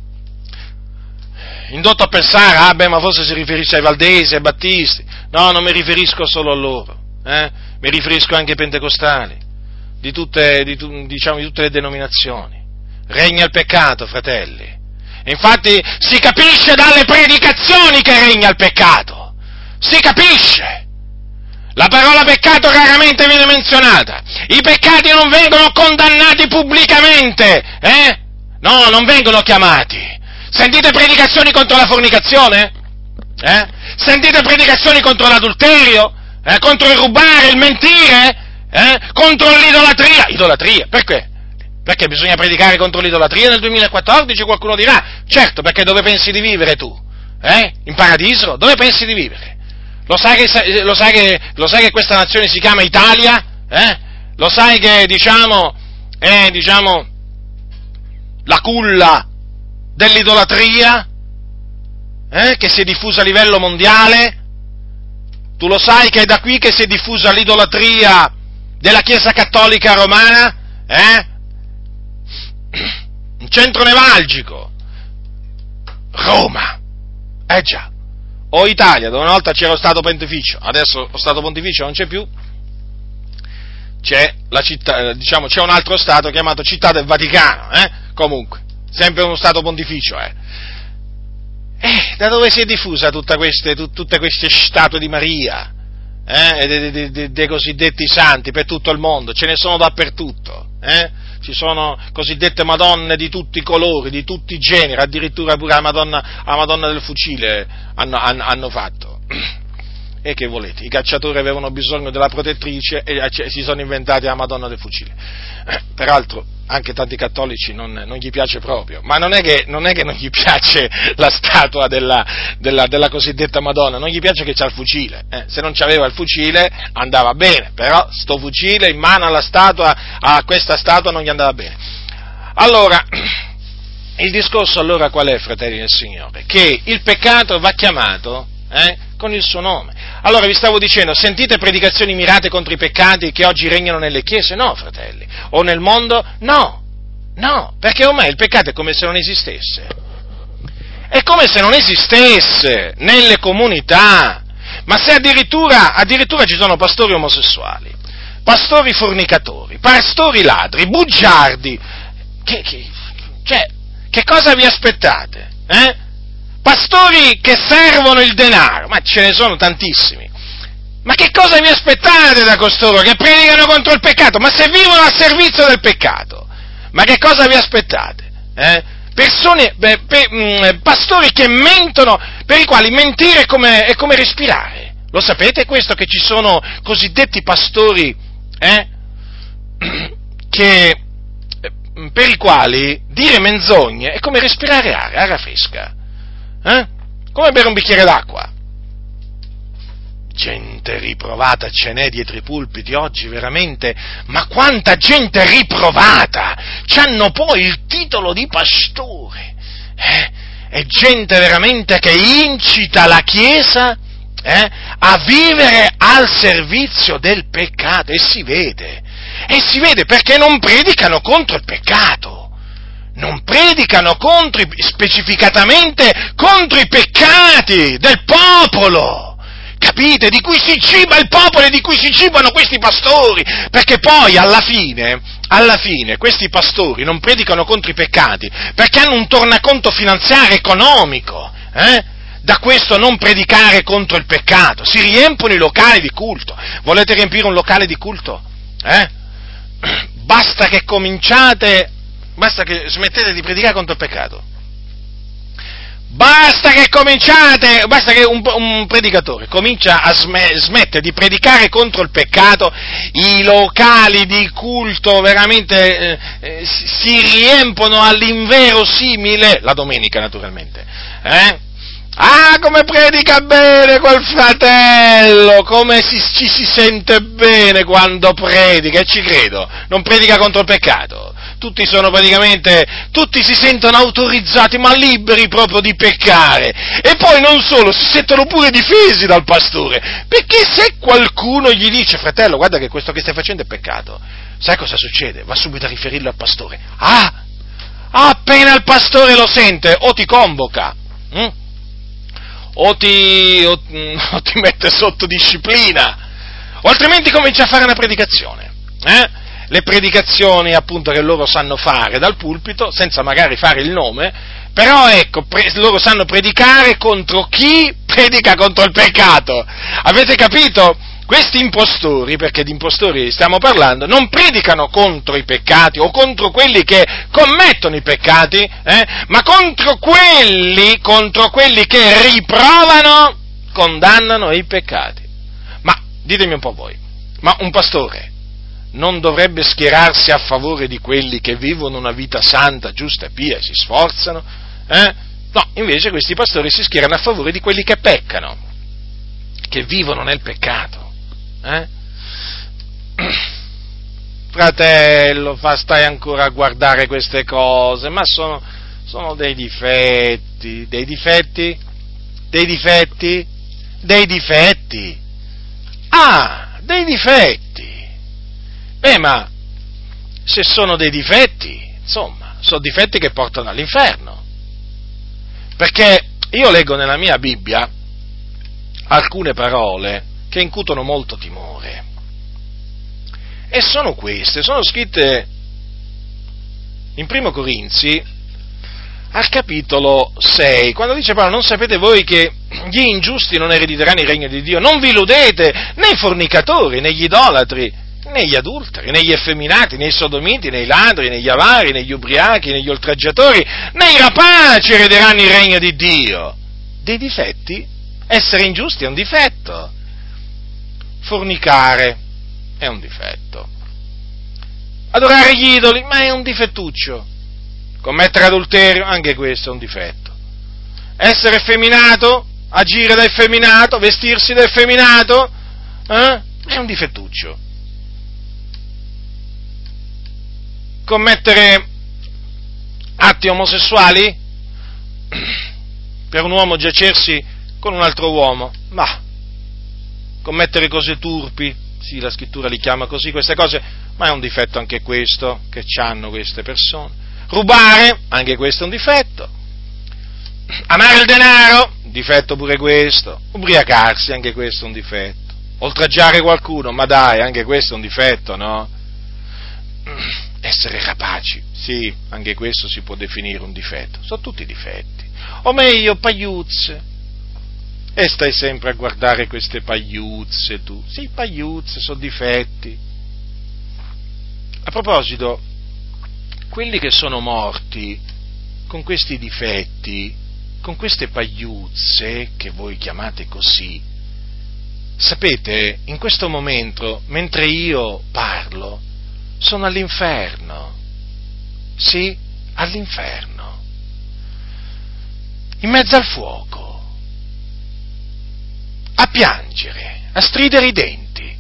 indotto a pensare, ah beh, ma forse si riferisce ai valdesi, ai battisti. No, non mi riferisco solo a loro. Eh? Mi riferisco anche ai pentecostali, di tutte, di, diciamo, di tutte le denominazioni. Regna il peccato, fratelli. E infatti si capisce dalle predicazioni che regna il peccato. Si capisce. La parola peccato raramente viene menzionata. I peccati non vengono condannati pubblicamente, eh? No, non vengono chiamati. Sentite predicazioni contro la fornicazione? Eh? Sentite predicazioni contro l'adulterio? Eh, contro il rubare, il mentire, eh, contro l'idolatria. Idolatria, perché? Perché bisogna predicare contro l'idolatria nel duemilaquattordici, qualcuno dirà. Certo, perché dove pensi di vivere tu? Eh? In paradiso? Dove pensi di vivere? Lo sai che, lo sai che, lo sai che questa nazione si chiama Italia? Eh? Lo sai che, diciamo, è, diciamo, la culla dell'idolatria? Eh? Che si è diffusa a livello mondiale? Tu lo sai che è da qui che si è diffusa l'idolatria della Chiesa Cattolica Romana? Eh? Un centro nevralgico. Roma. Eh già. O Italia, dove una volta c'era lo Stato Pontificio, adesso lo Stato Pontificio non c'è più. C'è la città, diciamo, c'è un altro Stato chiamato Città del Vaticano, eh? Comunque, sempre uno Stato Pontificio, eh? Eh, da dove si è diffusa tutta queste, tut, tutte queste statue di Maria, eh, dei, dei, dei, dei cosiddetti santi per tutto il mondo? Ce ne sono dappertutto, eh? ci sono cosiddette Madonne di tutti i colori, di tutti i generi, addirittura pure la Madonna, la Madonna del fucile hanno, hanno, hanno fatto. E che volete? I cacciatori avevano bisogno della protettrice e si sono inventati la Madonna del fucile. Peraltro, anche tanti cattolici non, non gli piace proprio, ma non è che non, è che non gli piace la statua della, della, della cosiddetta Madonna, non gli piace che c'ha il fucile. Eh? Se non c'aveva il fucile andava bene, però sto fucile in mano alla statua, a questa statua non gli andava bene. Allora, il discorso allora qual è, fratelli del Signore? Che il peccato va chiamato eh, con il suo nome. Allora vi stavo dicendo, sentite predicazioni mirate contro i peccati che oggi regnano nelle chiese? No, fratelli. O nel mondo? No, no, perché ormai il peccato è come se non esistesse. È come se non esistesse nelle comunità. Ma se addirittura, addirittura ci sono pastori omosessuali, pastori fornicatori, pastori ladri, bugiardi, che, che, cioè, che cosa vi aspettate? Eh? Pastori che servono il denaro, ma ce ne sono tantissimi. Ma che cosa vi aspettate da costoro che predicano contro il peccato? Ma se vivono al servizio del peccato, ma che cosa vi aspettate? Eh? Persone, beh, pe, mh, pastori che mentono, per i quali mentire è come, è come respirare. Lo sapete questo, che ci sono cosiddetti pastori eh? che, per i quali dire menzogne è come respirare aria, aria fresca. Eh? Come bere un bicchiere d'acqua. Gente riprovata ce n'è dietro i pulpiti oggi, veramente, ma quanta gente riprovata! C'hanno poi il titolo di pastore, eh? È gente veramente che incita la Chiesa eh? a vivere al servizio del peccato, e si vede, e si vede perché non predicano contro il peccato. Non predicano contro, specificatamente contro i peccati del popolo, capite? Di cui si ciba il popolo e di cui si cibano questi pastori, perché poi alla fine, alla fine questi pastori non predicano contro i peccati, perché hanno un tornaconto finanziario economico, eh? Da questo non predicare contro il peccato, si riempiono i locali di culto. Volete riempire un locale di culto? Eh? Basta che cominciate Basta che smettete di predicare contro il peccato. Basta che cominciate, basta che un, un predicatore comincia a sm- smette di predicare contro il peccato, i locali di culto veramente eh, eh, si riempono all'inverosimile, la domenica naturalmente, eh? Ah, come predica bene quel fratello, come si, ci si sente bene quando predica, e ci credo, non predica contro il peccato. Tutti sono praticamente, tutti si sentono autorizzati, ma liberi proprio di peccare. E poi non solo, si sentono pure difesi dal pastore, perché se qualcuno gli dice, fratello, guarda che questo che stai facendo è peccato, sai cosa succede? Va subito a riferirlo al pastore. Ah, appena il pastore lo sente, o ti convoca, hm? o, ti, o, o ti mette sotto disciplina, o altrimenti comincia a fare una predicazione, eh? Le predicazioni appunto che loro sanno fare dal pulpito, senza magari fare il nome, però ecco, pre- loro sanno predicare contro chi predica contro il peccato. Avete capito? Questi impostori, perché di impostori stiamo parlando, non predicano contro i peccati o contro quelli che commettono i peccati, eh, ma contro quelli, contro quelli che riprovano, condannano i peccati. Ma ditemi un po' voi, ma un pastore non dovrebbe schierarsi a favore di quelli che vivono una vita santa, giusta e pia e si sforzano? Eh? No, invece questi pastori si schierano a favore di quelli che peccano, che vivono nel peccato. Eh? Fratello, fa, stai ancora a guardare queste cose, ma sono, sono dei difetti, dei difetti, dei difetti, dei difetti. Ah, dei difetti. Beh, ma se sono dei difetti, insomma, sono difetti che portano all'inferno. Perché io leggo nella mia Bibbia alcune parole che incutono molto timore. E sono queste, sono scritte in Primo Corinzi, al capitolo sei, quando dice Paolo, non sapete voi che gli ingiusti non erediteranno il regno di Dio? Non vi illudete, né i fornicatori, né gli idolatri, Negli adulteri, negli effeminati, nei sodomiti, nei ladri, negli avari, negli ubriachi, negli oltraggiatori, nei rapaci erederanno il regno di Dio. Dei difetti? Essere ingiusti è un difetto. Fornicare è un difetto. Adorare gli idoli, ma è un difettuccio. Commettere adulterio, anche questo è un difetto. Essere effeminato, agire da effeminato, vestirsi da effeminato, eh? È un difettuccio. Commettere atti omosessuali, per un uomo giacersi con un altro uomo, ma commettere cose turpi, sì, la scrittura li chiama così, queste cose, ma è un difetto anche questo, che c'hanno queste persone. Rubare, anche questo è un difetto. Amare il denaro, difetto pure questo. Ubriacarsi, anche questo è un difetto. Oltraggiare qualcuno, ma dai, anche questo è un difetto, no? Essere rapaci, sì, anche questo si può definire un difetto. Sono tutti difetti. O meglio, pagliuzze. E stai sempre a guardare queste pagliuzze tu. Sì, pagliuzze, sono difetti. A proposito, quelli che sono morti con questi difetti, con queste pagliuzze, che voi chiamate così, sapete, in questo momento, mentre io parlo, sono all'inferno. Sì, all'inferno. In mezzo al fuoco. A piangere, a stridere i denti.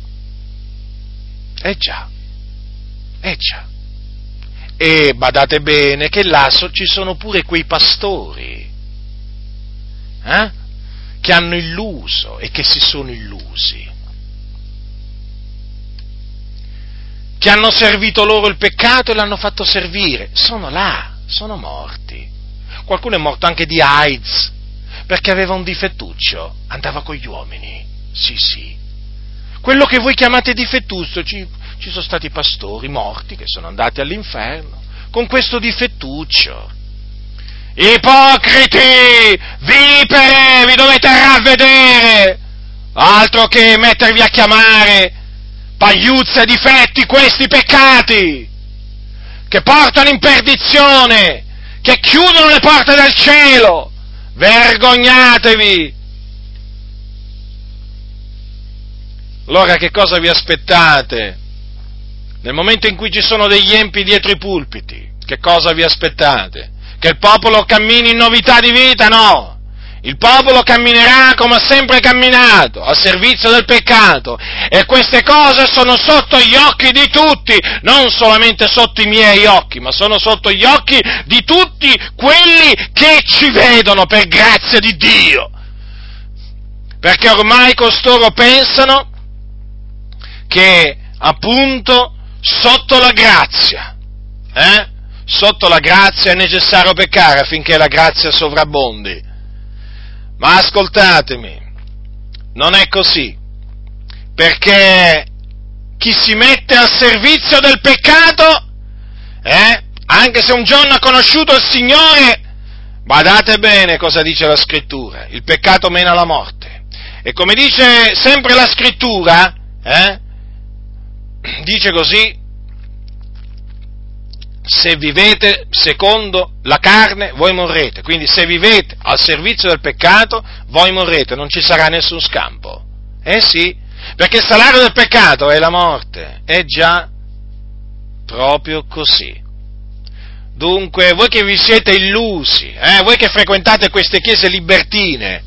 Eh già, eh già. E badate bene che là ci sono pure quei pastori, eh? Che hanno illuso e che si sono illusi, che hanno servito loro il peccato e l'hanno fatto servire. Sono là, sono morti. Qualcuno è morto anche di AIDS, perché aveva un difettuccio, andava con gli uomini, sì sì. Quello che voi chiamate difettuccio, ci, ci sono stati pastori morti che sono andati all'inferno con questo difettuccio. Ipocriti, vipere, vi dovete ravvedere, altro che mettervi a chiamare pagliuzze e difetti questi peccati, che portano in perdizione, che chiudono le porte del cielo. Vergognatevi! Allora che cosa vi aspettate? Nel momento in cui ci sono degli empi dietro i pulpiti, che cosa vi aspettate? Che il popolo cammini in novità di vita? No! Il popolo camminerà come ha sempre camminato, al servizio del peccato, e queste cose sono sotto gli occhi di tutti, non solamente sotto i miei occhi, ma sono sotto gli occhi di tutti quelli che ci vedono per grazia di Dio. Perché ormai costoro pensano che appunto sotto la grazia, eh? Sotto la grazia è necessario peccare affinché la grazia sovrabbondi. Ma ascoltatemi, non è così, perché chi si mette al servizio del peccato, eh, anche se un giorno ha conosciuto il Signore, badate bene cosa dice la Scrittura, il peccato mena alla morte. E come dice sempre la Scrittura, eh, dice così: se vivete secondo la carne, voi morrete. Quindi se vivete al servizio del peccato, voi morrete, non ci sarà nessun scampo. Eh sì, perché il salario del peccato è la morte. È già proprio così. Dunque, voi che vi siete illusi, eh, voi che frequentate queste chiese libertine,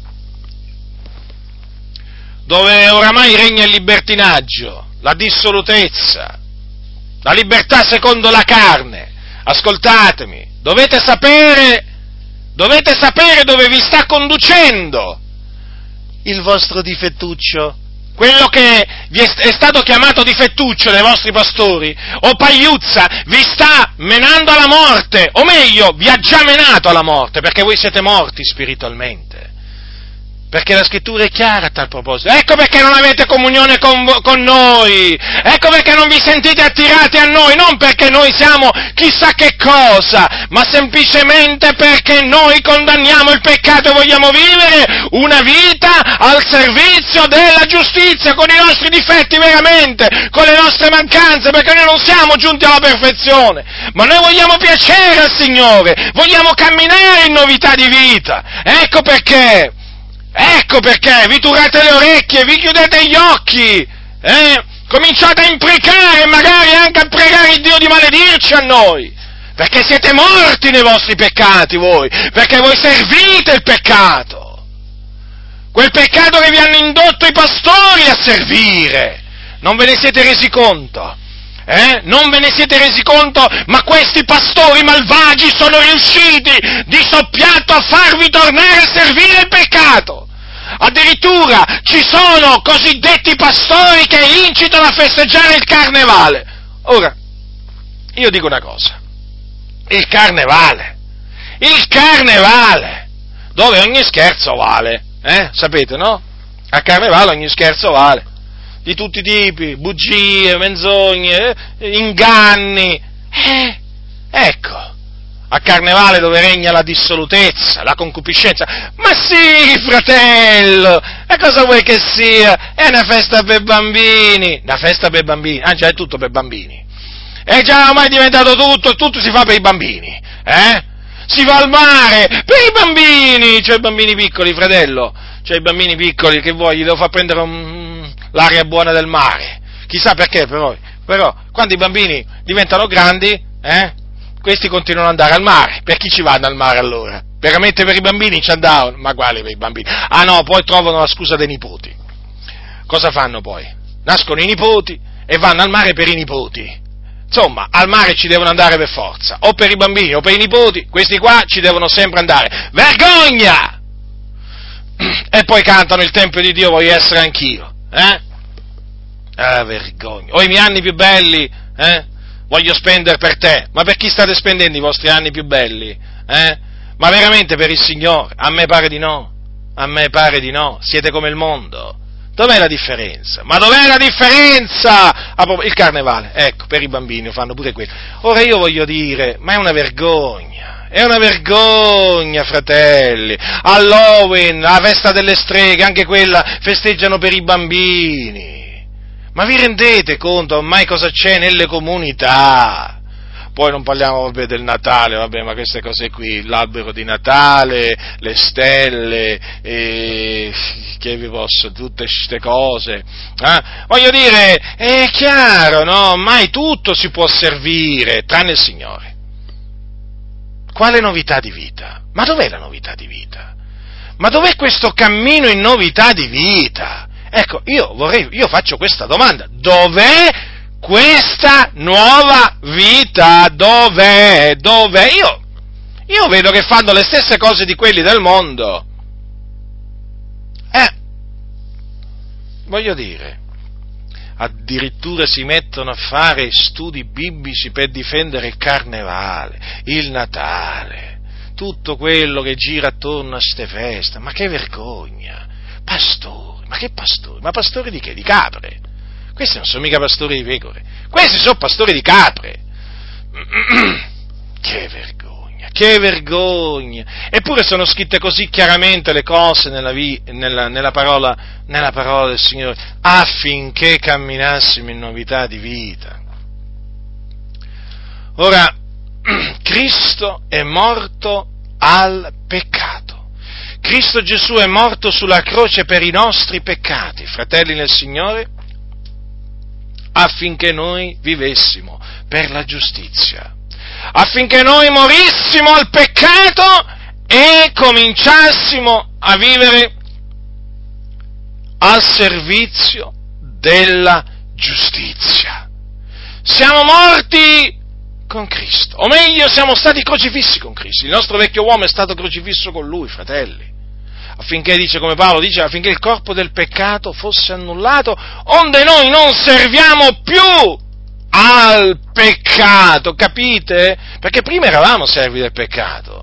dove oramai regna il libertinaggio, la dissolutezza, la libertà secondo la carne, ascoltatemi, dovete sapere, dovete sapere dove vi sta conducendo il vostro difettuccio, quello che vi è, è stato chiamato difettuccio dai vostri pastori, o pagliuzza, vi sta menando alla morte, o meglio, vi ha già menato alla morte, perché voi siete morti spiritualmente. Perché la scrittura è chiara a tal proposito. Ecco perché non avete comunione con, con noi, ecco perché non vi sentite attirati a noi, non perché noi siamo chissà che cosa, ma semplicemente perché noi condanniamo il peccato e vogliamo vivere una vita al servizio della giustizia, con i nostri difetti veramente, con le nostre mancanze, perché noi non siamo giunti alla perfezione, ma noi vogliamo piacere al Signore, vogliamo camminare in novità di vita, ecco perché. Ecco perché vi turate le orecchie, vi chiudete gli occhi, eh? Cominciate a imprecare, magari anche a pregare il Dio di maledirci a noi, perché siete morti nei vostri peccati voi, perché voi servite il peccato, quel peccato che vi hanno indotto i pastori a servire, non ve ne siete resi conto? Eh? Non ve ne siete resi conto, ma questi pastori malvagi sono riusciti di soppiatto a farvi tornare a servire il peccato. Addirittura ci sono cosiddetti pastori che incitano a festeggiare il carnevale. Ora, io dico una cosa, il carnevale, il carnevale, dove ogni scherzo vale, eh? Sapete, no? A carnevale ogni scherzo vale. Di tutti i tipi, bugie, menzogne, eh, inganni, eh, ecco, a carnevale dove regna la dissolutezza, la concupiscenza, ma sì, fratello, e cosa vuoi che sia? È una festa per bambini, una festa per bambini, ah già è tutto per bambini, è già ormai diventato tutto, tutto si fa per i bambini, eh? Si va al mare per i bambini, cioè i bambini piccoli, fratello, cioè i bambini piccoli che vuoi, gli devo far prendere un... l'aria buona del mare, chissà perché però, però quando i bambini diventano grandi, eh, questi continuano ad andare al mare, per chi ci vanno al mare allora? Veramente per i bambini ci andavano, ma quali per i bambini? Ah no, poi trovano la scusa dei nipoti, cosa fanno poi? Nascono i nipoti e vanno al mare per i nipoti, insomma, al mare ci devono andare per forza, o per i bambini o per i nipoti, questi qua ci devono sempre andare, vergogna! E poi cantano il tempio di Dio voglio essere anch'io, eh? Ah, vergogna. O i miei anni più belli, eh? Voglio spendere per te. Ma per chi state spendendo i vostri anni più belli? Eh? Ma veramente per il Signore? A me pare di no. A me pare di no. Siete come il mondo. Dov'è la differenza? Ma dov'è la differenza? Il carnevale, ecco, per i bambini fanno pure quello. Ora io voglio dire, ma è una vergogna. È una vergogna, fratelli. Halloween, la festa delle streghe, anche quella festeggiano per i bambini. Ma vi rendete conto ormai cosa c'è nelle comunità? Poi non parliamo, vabbè, del Natale, vabbè, ma queste cose qui, l'albero di Natale, le stelle, e che vi posso, tutte queste cose. Eh? Voglio dire, è chiaro, no? Ormai tutto si può servire, tranne il Signore. Quale novità di vita? Ma dov'è la novità di vita? Ma dov'è questo cammino in novità di vita? Ecco, io vorrei, io faccio questa domanda, dov'è questa nuova vita? Dov'è? Dov'è? Io, io vedo che fanno le stesse cose di quelli del mondo. Eh, voglio dire, addirittura si mettono a fare studi biblici per difendere il carnevale, il Natale, tutto quello che gira attorno a ste feste, ma che vergogna, pastori, ma che pastori, ma pastori di che? Di capre, questi non sono mica pastori di pecore, questi sono pastori di capre, che vergogna, che vergogna, eppure sono scritte così chiaramente le cose nella, vi, nella, nella, parola, nella parola del Signore, affinché camminassimo in novità di vita. Ora, Cristo è morto al peccato. Cristo Gesù è morto sulla croce per i nostri peccati, fratelli nel Signore, affinché noi vivessimo per la giustizia, affinché noi morissimo al peccato e cominciassimo a vivere al servizio della giustizia. Siamo morti con Cristo, o meglio siamo stati crocifissi con Cristo, il nostro vecchio uomo è stato crocifisso con Lui, fratelli, affinché, dice come Paolo dice, affinché il corpo del peccato fosse annullato, onde noi non serviamo più al peccato, capite? Perché prima eravamo servi del peccato,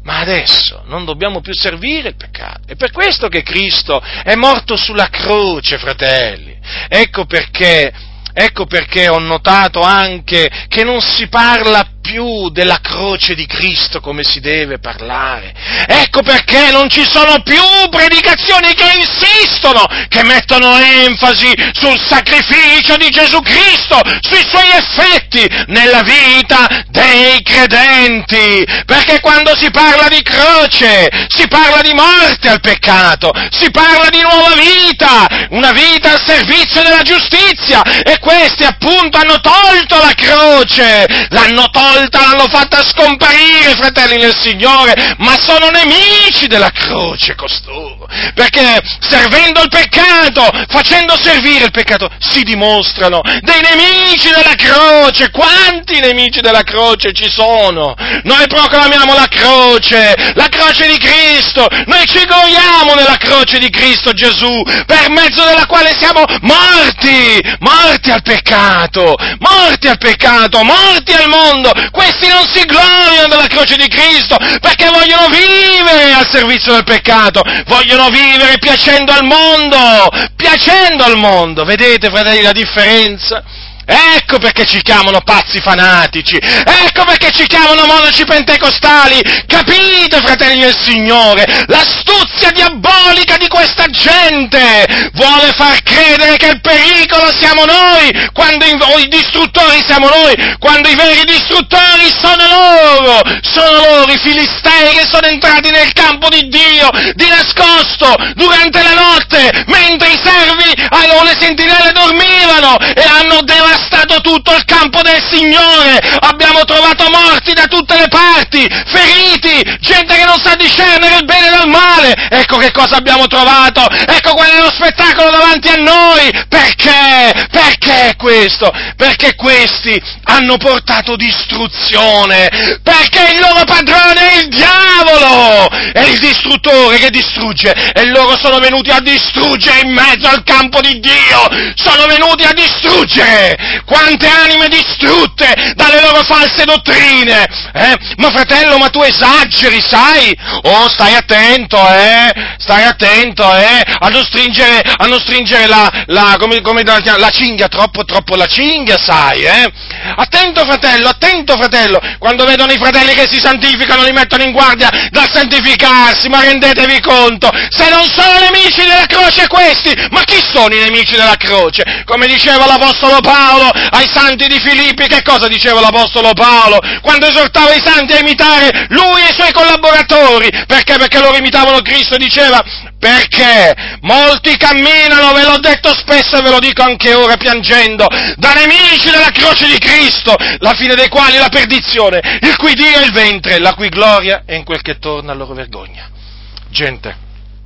Ma adesso non dobbiamo più servire il peccato. È per questo che Cristo è morto sulla croce, fratelli. Ecco perché, ecco perché ho notato anche che non si parla più della croce di Cristo come si deve parlare. Ecco perché non ci sono più predicazioni che insistono, che mettono enfasi sul sacrificio di Gesù Cristo, sui suoi effetti nella vita dei credenti. Perché quando si parla di croce, si parla di morte al peccato, si parla di nuova vita, una vita al servizio della giustizia, e questi appunto hanno tolto la croce, l'hanno tolta, l'hanno fatta scomparire, fratelli nel Signore, ma sono nemici della croce costoro, perché servendo il peccato, facendo servire il peccato, si dimostrano dei nemici della croce. Quanti nemici della croce ci sono? Noi proclamiamo la croce, la croce di Cristo, noi ci gloriamo nella croce di Cristo Gesù, per mezzo della quale siamo morti, morti al peccato, morti al peccato, morti al mondo. Questi non si gloriano della croce di Cristo, perché vogliono vivere al servizio del peccato, vogliono vivere piacendo al mondo, piacendo al mondo. Vedete, fratelli, la differenza? Ecco perché ci chiamano pazzi fanatici, ecco perché ci chiamano monaci pentecostali. Capite, fratelli del Signore, l'astuzia diabolica di questa gente vuole far credere che il pericolo siamo noi, quando i, o i distruttori siamo noi, quando i veri distruttori sono loro, sono loro i filistei che sono entrati nel campo di Dio di nascosto durante la notte, mentre i servi o le sentinelle dormivano, e hanno devastato stato tutto il campo del Signore. Abbiamo trovato morti da tutte le parti, feriti, gente che non sa discernere il bene dal male. Ecco che cosa abbiamo trovato, ecco qual è lo spettacolo davanti a noi. Perché? Perché questo? Perché questi hanno portato distruzione, perché il loro padrone è il diavolo, è il distruttore che distrugge, e loro sono venuti a distruggere in mezzo al campo di Dio, sono venuti a distruggere. Quante anime distrutte dalle loro false dottrine, eh? Ma fratello, ma tu esageri, sai? Oh, stai attento, eh? Stai attento, eh? A non stringere, a non stringere la, la, come, come la, la cinghia, troppo, troppo la cinghia, sai, eh? Attento, fratello, attento, fratello, quando vedono i fratelli che si santificano, li mettono in guardia dal santificarsi, ma rendetevi conto, se non sono nemici della croce questi, ma chi sono i nemici della croce? Come diceva l'Apostolo Paolo ai santi di Filippi, che cosa diceva l'Apostolo Paolo quando esortava i santi a imitare lui e i suoi collaboratori? Perché? Perché loro imitavano Cristo, diceva: perché molti camminano, ve l'ho detto spesso e ve lo dico anche ora piangendo, da nemici della croce di Cristo, la fine dei quali è la perdizione, il cui Dio è il ventre, la cui gloria è in quel che torna a loro vergogna. Gente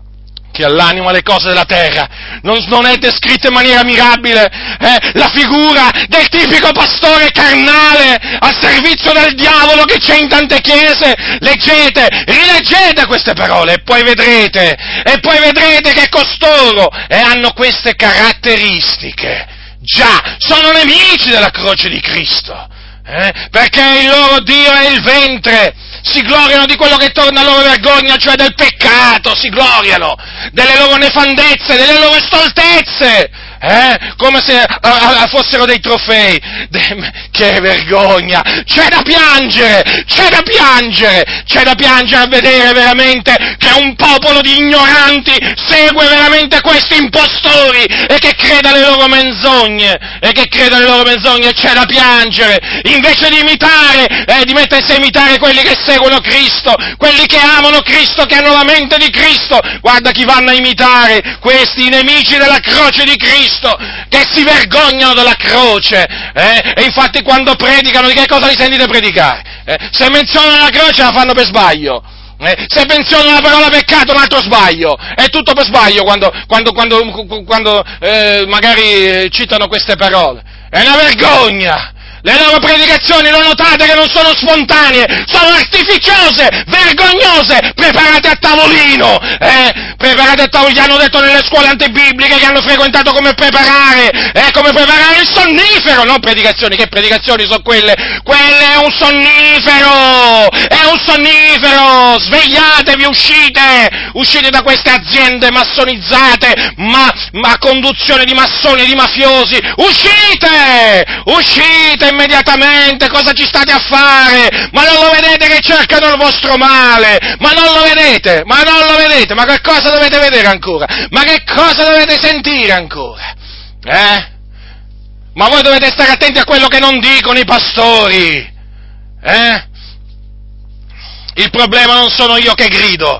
che all'anima le cose della terra, non, non è descritta in maniera mirabile, eh, la figura del tipico pastore carnale al servizio del diavolo che c'è in tante chiese. Leggete, rileggete queste parole e poi vedrete, e poi vedrete che costoro eh, hanno queste caratteristiche. Già, sono nemici della croce di Cristo, eh, perché il loro Dio è il ventre. Si gloriano di quello che torna a loro vergogna, cioè del peccato, si gloriano delle loro nefandezze, delle loro stoltezze, eh? Come se a, a, fossero dei trofei. De, che vergogna! C'è da piangere, c'è da piangere, c'è da piangere a vedere veramente che un popolo di ignoranti segue veramente questi impostori e che crede alle loro menzogne, e che crede alle loro menzogne, c'è da piangere, invece di imitare, eh, di mettersi a imitare quelli che seguono Cristo, quelli che amano Cristo, che hanno la mente di Cristo. Guarda chi vanno a imitare, questi, i nemici della croce di Cristo, che si vergognano della croce, eh? E infatti quando predicano, di che cosa li sentite predicare? Eh? Se menzionano la croce la fanno per sbaglio, eh? Se menzionano la parola peccato un altro sbaglio, è tutto per sbaglio quando, quando, quando, quando eh, magari citano queste parole. È una vergogna! Le loro predicazioni, lo notate che non sono spontanee, sono artificiose, vergognose, preparate a tavolino, eh? Preparate a tavolino, gli hanno detto nelle scuole antibibliche che hanno frequentato come preparare, eh? Come preparare il sonnifero, non predicazioni, che predicazioni sono quelle? Quelle è un sonnifero, è un sonnifero, svegliatevi, uscite, uscite da queste aziende massonizzate, ma, ma a conduzione di massoni e di mafiosi, uscite, uscite immediatamente, cosa ci state a fare? Ma non lo vedete che cercano il vostro male? Ma non lo vedete? Ma non lo vedete? Ma che cosa dovete vedere ancora? Ma che cosa dovete sentire ancora? Eh? Ma voi dovete stare attenti a quello che non dicono i pastori, eh? Il problema non sono io che grido,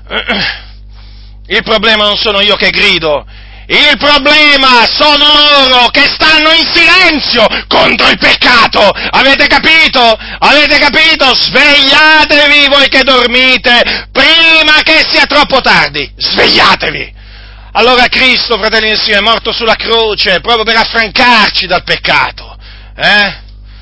il problema non sono io che grido, il problema sono loro che stanno in silenzio contro il peccato, avete capito? Avete capito? Svegliatevi voi che dormite, prima che sia troppo tardi, svegliatevi! Allora Cristo, fratelli del Signore, è morto sulla croce proprio per affrancarci dal peccato, eh?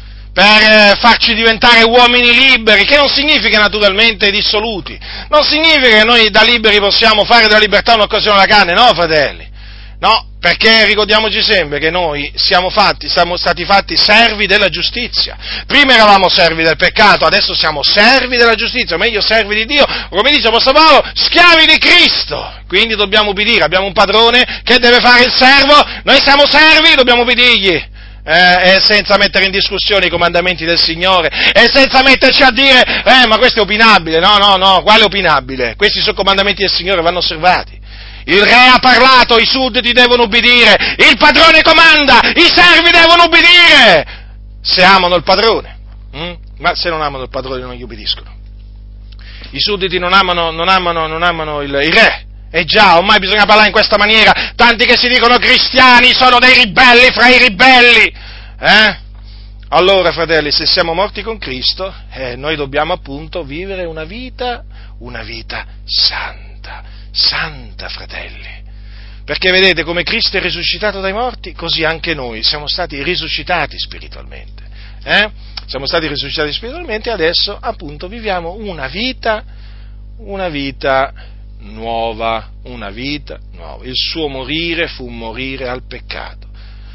Per farci diventare uomini liberi, che non significa naturalmente dissoluti, non significa che noi da liberi possiamo fare della libertà un'occasione alla carne, no, fratelli, no, perché ricordiamoci sempre che noi siamo fatti, siamo stati fatti servi della giustizia, prima eravamo servi del peccato, adesso siamo servi della giustizia, o meglio servi di Dio, come dice Apostolo Paolo, schiavi di Cristo, quindi dobbiamo ubbidire, abbiamo un padrone che deve fare il servo, noi siamo servi, dobbiamo ubbidirgli. Eh, e senza mettere in discussione i comandamenti del Signore, e senza metterci a dire, eh, ma questo è opinabile, no, no, no, quale opinabile? Questi sono comandamenti del Signore, vanno osservati. Il re ha parlato, i sudditi devono ubbidire, il padrone comanda, i servi devono ubbidire, se amano il padrone, hm? Ma se non amano il padrone non gli ubbidiscono. I sudditi non amano, non amano, non amano il, il re. E già, ormai bisogna parlare in questa maniera, tanti che si dicono cristiani sono dei ribelli fra i ribelli, eh? Allora, fratelli, se siamo morti con Cristo, eh, noi dobbiamo appunto vivere una vita, una vita santa, santa, fratelli, perché vedete, come Cristo è risuscitato dai morti, così anche noi siamo stati risuscitati spiritualmente, eh? Siamo stati risuscitati spiritualmente e adesso appunto viviamo una vita, una vita nuova, una vita nuova. Il suo morire fu morire al peccato,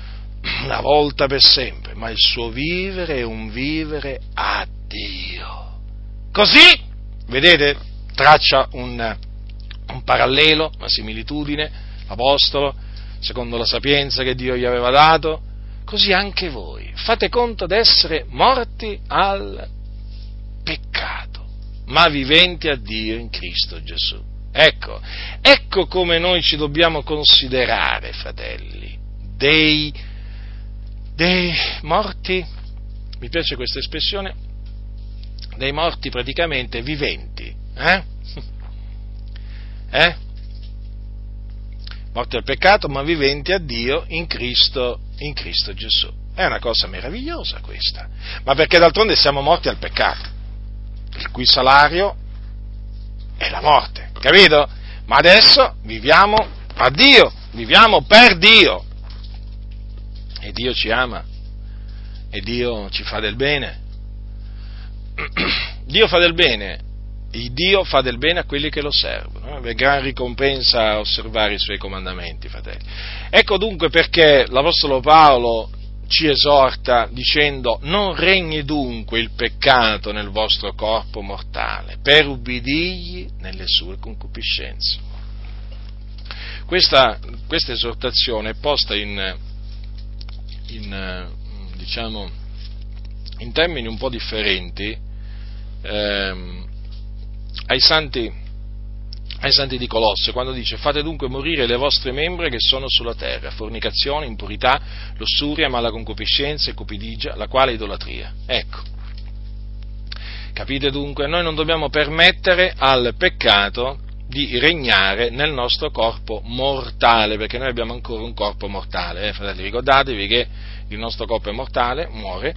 una volta per sempre, ma il suo vivere è un vivere a Dio. Così, vedete, traccia un, un parallelo, una similitudine, l'Apostolo, secondo la sapienza che Dio gli aveva dato, così anche voi, fate conto d'essere morti al peccato, ma viventi a Dio in Cristo Gesù. Ecco, ecco come noi ci dobbiamo considerare, fratelli, dei, dei morti, mi piace questa espressione, dei morti praticamente viventi, eh? Eh? Morti al peccato, ma viventi a Dio in Cristo, in Cristo Gesù. È una cosa meravigliosa questa, ma perché d'altronde siamo morti al peccato, il cui salario è la morte, capito? Ma adesso viviamo a Dio, viviamo per Dio, e Dio ci ama, e Dio ci fa del bene. Dio fa del bene, il Dio fa del bene a quelli che lo servono, è gran ricompensa a osservare i suoi comandamenti, fratelli. Ecco dunque perché l'Apostolo Paolo ci esorta dicendo: non regni dunque il peccato nel vostro corpo mortale, per ubbidirgli nelle sue concupiscenze. Questa, questa esortazione è posta in, in, diciamo, in termini un po' differenti ehm, ai santi ai santi di Colosse, quando dice: fate dunque morire le vostre membra che sono sulla terra, fornicazione, impurità, lussuria, mala concupiscenza e cupidigia, la quale è idolatria. Ecco, capite dunque, noi non dobbiamo permettere al peccato di regnare nel nostro corpo mortale, perché noi abbiamo ancora un corpo mortale, eh, fratelli, ricordatevi che il nostro corpo è mortale, muore,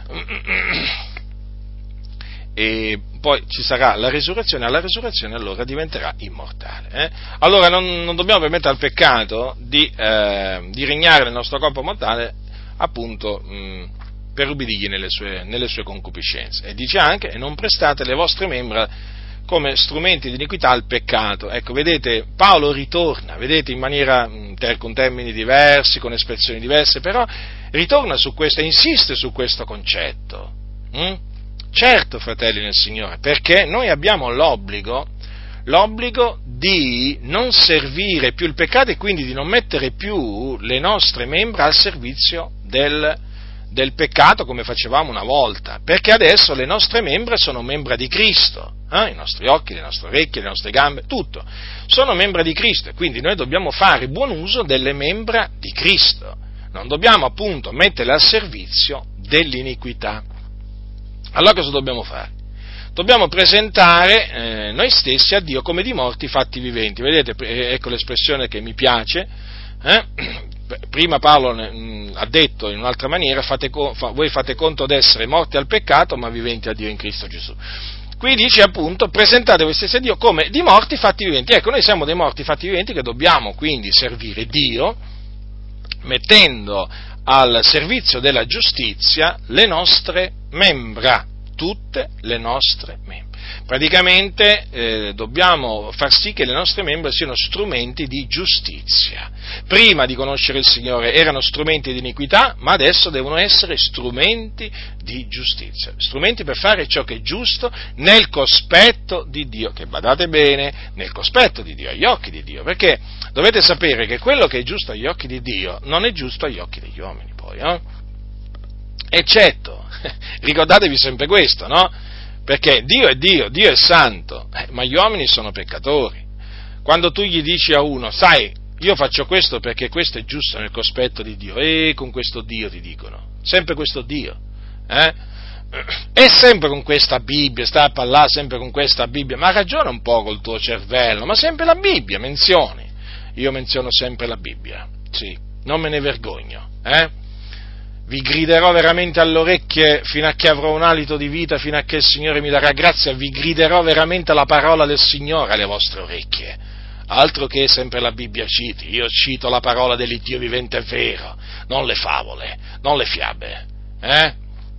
e poi ci sarà la risurrezione, alla risurrezione allora diventerà immortale. Eh? Allora non, non dobbiamo permettere al peccato di, eh, di regnare nel nostro corpo mortale, appunto, mh, per ubbidirgli nelle sue, nelle sue concupiscenze. E dice anche, e non prestate le vostre membra come strumenti di iniquità al peccato. Ecco, vedete, Paolo ritorna, vedete, in maniera, con termini diversi, con espressioni diverse, però ritorna su questo e insiste su questo concetto. Mm? Certo, fratelli nel Signore, perché noi abbiamo l'obbligo, l'obbligo di non servire più il peccato e quindi di non mettere più le nostre membra al servizio del, del peccato come facevamo una volta, perché adesso le nostre membra sono membra di Cristo, eh? I nostri occhi, le nostre orecchie, le nostre gambe, tutto, sono membra di Cristo e quindi noi dobbiamo fare buon uso delle membra di Cristo, non dobbiamo appunto metterle al servizio dell'iniquità. Allora cosa dobbiamo fare? Dobbiamo presentare eh, noi stessi a Dio come di morti fatti viventi. Vedete, ecco l'espressione che mi piace. Eh? Prima Paolo mh, ha detto in un'altra maniera, fate, fa, voi fate conto d'essere morti al peccato, ma viventi a Dio in Cristo Gesù. Qui dice appunto, presentate voi stessi a Dio come di morti fatti viventi. Ecco, noi siamo dei morti fatti viventi che dobbiamo quindi servire Dio, mettendo al servizio della giustizia le nostre membra, tutte le nostre membra. Praticamente eh, dobbiamo far sì che le nostre membra siano strumenti di giustizia. Prima di conoscere il Signore erano strumenti di iniquità, ma adesso devono essere strumenti di giustizia, strumenti per fare ciò che è giusto nel cospetto di Dio, che badate bene, nel cospetto di Dio, agli occhi di Dio, perché dovete sapere che quello che è giusto agli occhi di Dio non è giusto agli occhi degli uomini, poi, eh? Eccetto, ricordatevi sempre questo, no? Perché Dio è Dio, Dio è santo, eh, ma gli uomini sono peccatori. Quando tu gli dici a uno, sai, io faccio questo perché questo è giusto nel cospetto di Dio, e con questo Dio ti dicono, sempre questo Dio, eh? E sempre con questa Bibbia, sta a parlare sempre con questa Bibbia, ma ragiona un po' col tuo cervello, ma sempre la Bibbia menzioni. Io menziono sempre la Bibbia, sì, non me ne vergogno, eh? Vi griderò veramente alle orecchie fino a che avrò un alito di vita, fino a che il Signore mi darà grazia, vi griderò veramente la parola del Signore alle vostre orecchie. Altro che sempre la Bibbia citi, io cito la parola dell'Iddio vivente e vero, non le favole, non le fiabe, eh?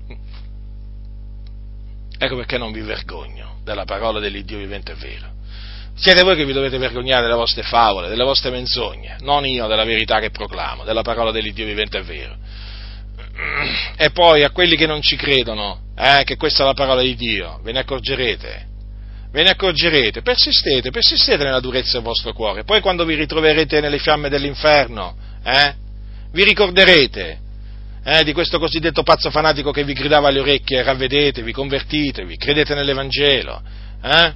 Ecco perché non vi vergogno della parola dell'Iddio vivente e vero. Siete voi che vi dovete vergognare delle vostre favole, delle vostre menzogne, non io della verità che proclamo, della parola dell'Iddio vivente e vero. E poi a quelli che non ci credono, eh, che questa è la parola di Dio, ve ne accorgerete, ve ne accorgerete, persistete, persistete nella durezza del vostro cuore, poi quando vi ritroverete nelle fiamme dell'inferno, eh, vi ricorderete eh, di questo cosiddetto pazzo fanatico che vi gridava alle orecchie, ravvedetevi, convertitevi, credete nell'Evangelo, eh?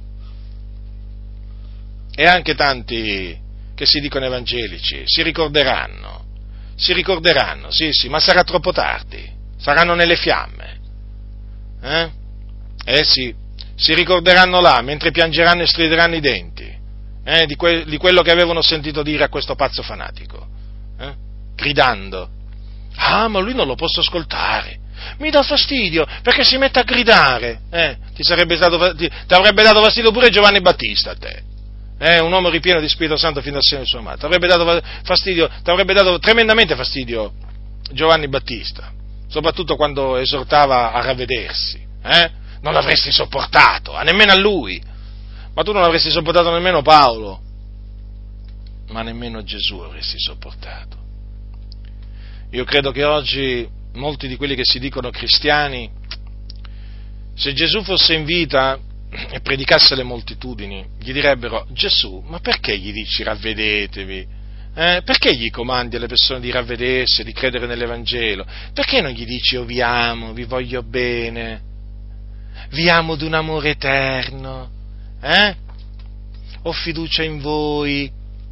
E anche tanti che si dicono evangelici si ricorderanno, si ricorderanno, sì, sì, ma sarà troppo tardi, saranno nelle fiamme, eh? Eh sì, si ricorderanno là, mentre piangeranno e strideranno i denti, eh, di, que- di quello che avevano sentito dire a questo pazzo fanatico, eh? Gridando, ah, ma lui non lo posso ascoltare, mi dà fastidio, perché si mette a gridare, eh? Ti sarebbe stato, ti, ti avrebbe dato fastidio pure Giovanni Battista a te. Eh, un uomo ripieno di Spirito Santo fin dal seno di sua madre, ti avrebbe dato fastidio, ti avrebbe dato tremendamente fastidio Giovanni Battista, soprattutto quando esortava a ravvedersi, eh? Non l'avresti sopportato, a nemmeno a lui, ma tu non avresti sopportato nemmeno Paolo, ma nemmeno Gesù avresti sopportato. Io credo che oggi molti di quelli che si dicono cristiani, se Gesù fosse in vita e predicasse alle moltitudini, gli direbbero: Gesù, ma perché gli dici ravvedetevi? Eh? Perché gli comandi alle persone di ravvedersi, di credere nell'Evangelo? Perché non gli dici io vi amo, vi voglio bene, vi amo d'un amore eterno, eh? Ho fiducia in voi,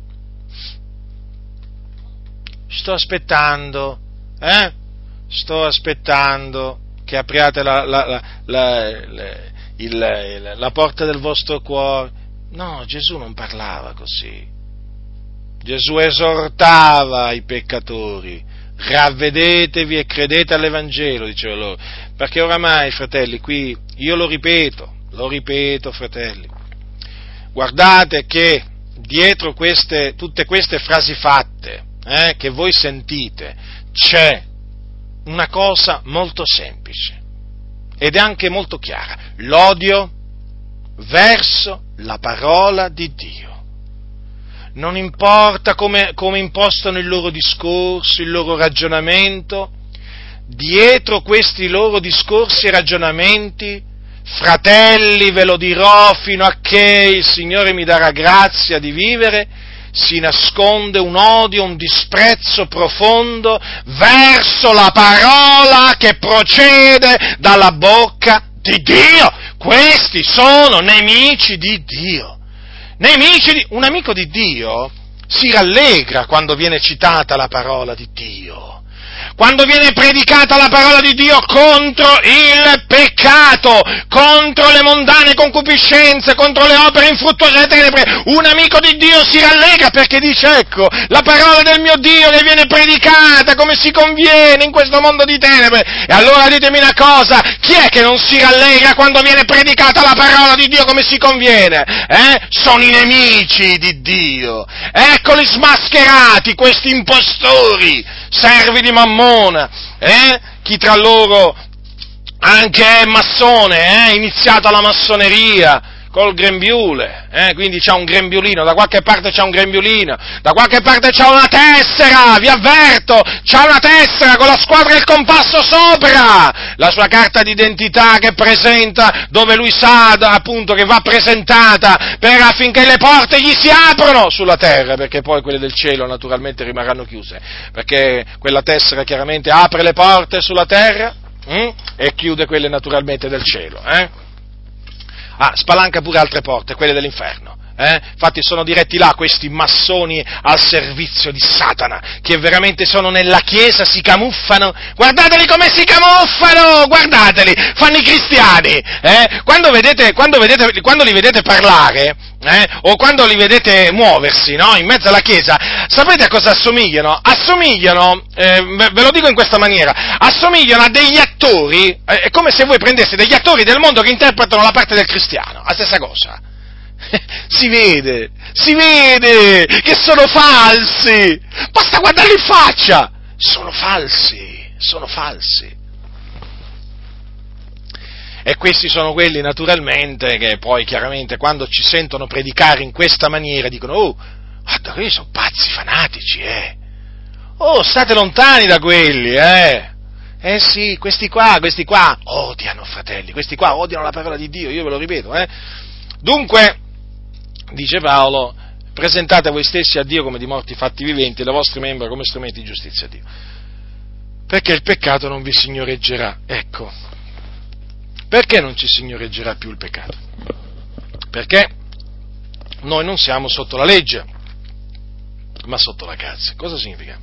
sto aspettando, eh? Sto aspettando che apriate la, la, la, la, la Il, la porta del vostro cuore. No, Gesù non parlava così. Gesù esortava i peccatori: ravvedetevi e credete all'Evangelo, diceva loro. Perché oramai, fratelli, qui io lo ripeto, lo ripeto, fratelli, guardate che dietro queste, tutte queste frasi fatte, eh, che voi sentite, c'è una cosa molto semplice ed è anche molto chiara: l'odio verso la parola di Dio. Non importa come, come impostano il loro discorso, il loro ragionamento, dietro questi loro discorsi e ragionamenti, fratelli, ve lo dirò fino a che il Signore mi darà grazia di vivere, si nasconde un odio, un disprezzo profondo verso la parola che procede dalla bocca di Dio. Questi sono nemici di Dio. Nemici di... Un amico di Dio si rallegra quando viene citata la parola di Dio, quando viene predicata la parola di Dio contro il peccato, contro le mondane concupiscenze, contro le opere infruttuose delle tenebre. Un amico di Dio si rallegra perché dice: ecco, la parola del mio Dio che viene predicata come si conviene in questo mondo di tenebre. E allora ditemi una cosa: chi è che non si rallegra quando viene predicata la parola di Dio come si conviene? Eh? Sono i nemici di Dio. Eccoli smascherati, questi impostori, servi di Mammona, eh? Chi tra loro anche è massone, eh? Iniziato alla massoneria col grembiule, eh? Quindi c'ha un grembiulino, da qualche parte c'ha un grembiulino, da qualche parte c'ha una tessera, vi avverto, c'ha una tessera con la squadra e il compasso sopra, la sua carta d'identità che presenta, dove lui sa appunto che va presentata per affinché le porte gli si aprono sulla terra, perché poi quelle del cielo naturalmente rimarranno chiuse, perché quella tessera chiaramente apre le porte sulla terra hm? e chiude quelle naturalmente del cielo, eh? Ah, spalanca pure altre porte, quelle dell'inferno. Eh? Infatti sono diretti là questi massoni al servizio di Satana, che veramente sono nella chiesa, si camuffano, guardateli come si camuffano, guardateli, fanno i cristiani, eh? Quando vedete, quando vedete, quando li vedete parlare, eh? O quando li vedete muoversi, no? In mezzo alla chiesa, sapete a cosa assomigliano? Assomigliano, eh, ve lo dico in questa maniera, assomigliano a degli attori, eh, è come se voi prendeste degli attori del mondo che interpretano la parte del cristiano, la stessa cosa. Si vede, si vede che sono falsi, basta guardarli in faccia, sono falsi, sono falsi. E questi sono quelli naturalmente che poi chiaramente quando ci sentono predicare in questa maniera dicono: oh, guarda, quelli sono pazzi fanatici, eh, oh, state lontani da quelli, eh. Eh sì, questi qua, questi qua odiano, fratelli, questi qua odiano la parola di Dio, io ve lo ripeto, eh. Dunque, dice Paolo, presentate voi stessi a Dio come di morti fatti viventi, le vostre membra come strumenti di giustizia a Dio, perché il peccato non vi signoreggerà. Ecco, perché non ci signoreggerà più il peccato? Perché noi non siamo sotto la legge, ma sotto la grazia. Cosa significa?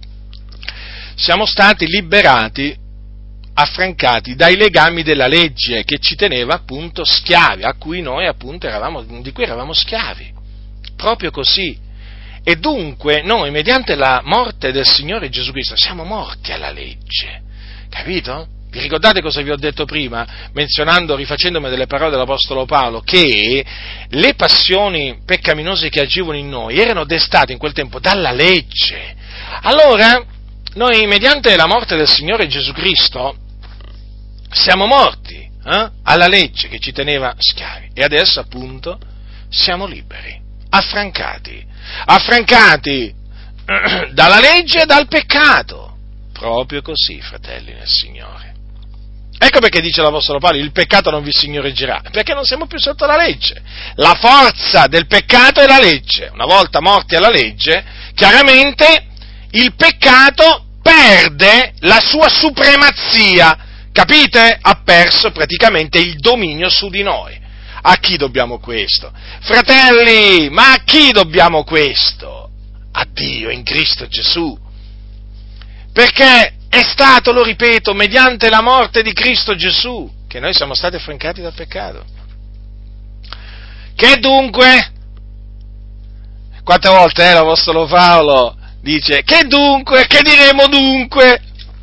Siamo stati liberati, affrancati dai legami della legge che ci teneva appunto schiavi, a cui noi appunto eravamo, di cui eravamo schiavi, proprio così. E dunque noi mediante la morte del Signore Gesù Cristo siamo morti alla legge, capito? Vi ricordate cosa vi ho detto prima, menzionando, rifacendomi delle parole dell'Apostolo Paolo, che le passioni peccaminose che agivano in noi erano destate in quel tempo dalla legge. Allora, noi mediante la morte del Signore Gesù Cristo siamo morti eh, alla legge che ci teneva schiavi e adesso appunto siamo liberi, affrancati, affrancati dalla legge e dal peccato, proprio così, fratelli nel Signore. Ecco perché dice l'Apostolo Paolo: il peccato non vi signoreggerà, perché non siamo più sotto la legge. La forza del peccato è la legge. Una volta morti alla legge, chiaramente il peccato perde la sua supremazia, capite? Ha perso praticamente il dominio su di noi. A chi dobbiamo questo? Fratelli, ma a chi dobbiamo questo? A Dio in Cristo Gesù. Perché è stato, lo ripeto, mediante la morte di Cristo Gesù che noi siamo stati affrancati dal peccato. Che dunque? Quante volte eh, l'Apostolo Paolo dice: che dunque? Che diremo dunque?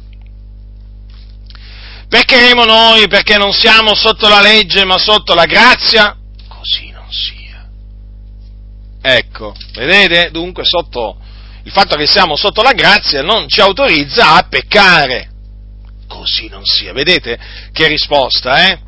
Peccheremo noi perché non siamo sotto la legge ma sotto la grazia? Così non sia. Ecco, vedete? Dunque sotto il fatto che siamo sotto la grazia non ci autorizza a peccare. così non sia. Vedete che risposta, eh?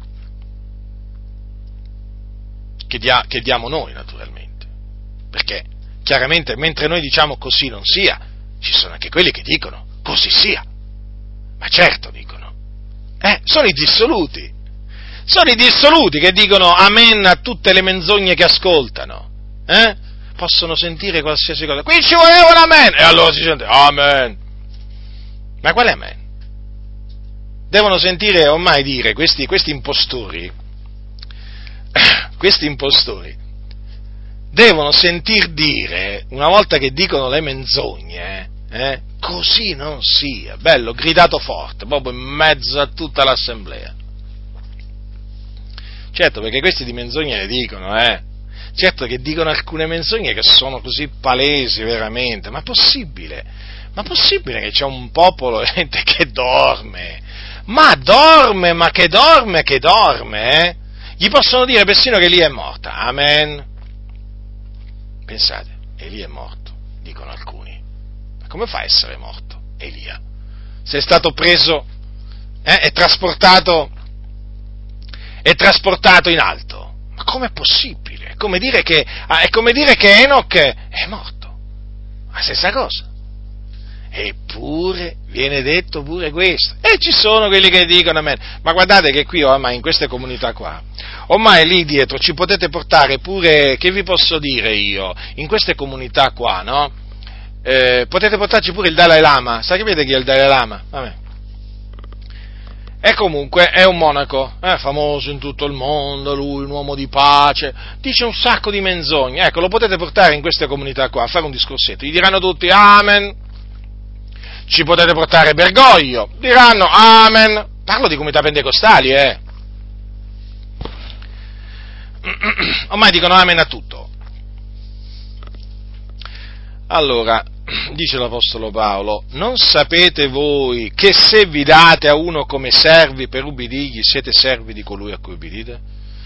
Che, dia, che diamo noi, naturalmente. Perché, chiaramente, mentre noi diciamo così non sia, ci sono anche quelli che dicono così sia. Ma certo, dicono. Eh, sono i dissoluti. Sono i dissoluti che dicono amen a tutte le menzogne che ascoltano. Eh? Possono sentire qualsiasi cosa. Qui ci voleva un amen! E allora si sente amen. Ma quale amen? Devono sentire ormai dire questi, questi impostori, questi impostori, devono sentir dire, una volta che dicono le menzogne, eh, così non sia, bello, gridato forte, proprio in mezzo a tutta l'assemblea. Certo, perché questi di menzogne le dicono, eh, certo che dicono alcune menzogne che sono così palesi veramente, ma possibile, ma possibile che c'è un popolo che dorme, ma dorme, ma che dorme, che dorme, eh? Gli possono dire persino che Elia è morta, amen. Pensate, Elia è morto, dicono alcuni. Ma come fa a essere morto Elia? Se è stato preso eh, e trasportato, è trasportato in alto. Ma com'è possibile? È come dire che, è come dire che Enoch è morto. La stessa cosa. Eppure viene detto pure questo, e ci sono quelli che dicono amen. Ma guardate che qui ormai in queste comunità qua, ormai lì dietro ci potete portare pure, che vi posso dire io, in queste comunità qua, no? Eh, potete portarci pure il Dalai Lama. Sapete chi è il Dalai Lama? Vabbè. E comunque è un monaco, eh, famoso in tutto il mondo, lui un uomo di pace, dice un sacco di menzogne. Ecco, lo potete portare in queste comunità qua a fare un discorsetto, gli diranno tutti amen. Ci potete portare Bergoglio, diranno amen. Parlo di comunità pentecostali, eh. Ormai dicono amen a tutto. Allora, dice l'Apostolo Paolo, non sapete voi che se vi date a uno come servi per ubbidirgli, siete servi di colui a cui ubbidite?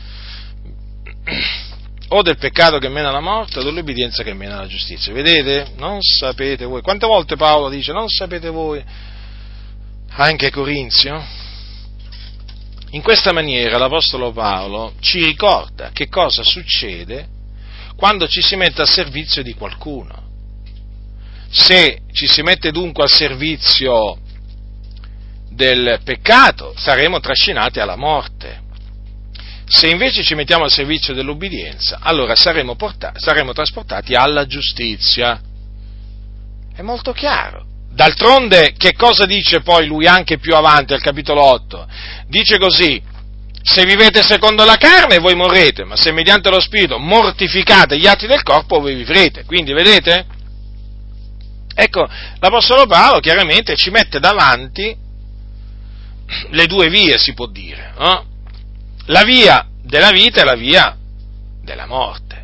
O del peccato che mena alla morte, o dell'obbedienza che mena alla giustizia. Vedete? Non sapete voi. Quante volte Paolo dice, non sapete voi? Anche a Corinzio. In questa maniera l'Apostolo Paolo ci ricorda che cosa succede quando ci si mette al servizio di qualcuno. Se ci si mette dunque al servizio del peccato, saremo trascinati alla morte. Se invece ci mettiamo al servizio dell'obbedienza, allora saremo, portati, saremo trasportati alla giustizia. È molto chiaro. D'altronde, che cosa dice poi lui anche più avanti, al capitolo otto? Dice così, se vivete secondo la carne voi morrete, ma se mediante lo Spirito mortificate gli atti del corpo voi vivrete. Quindi, vedete? Ecco, l'Apostolo Paolo chiaramente ci mette davanti le due vie, si può dire, no? La via della vita e la via della morte.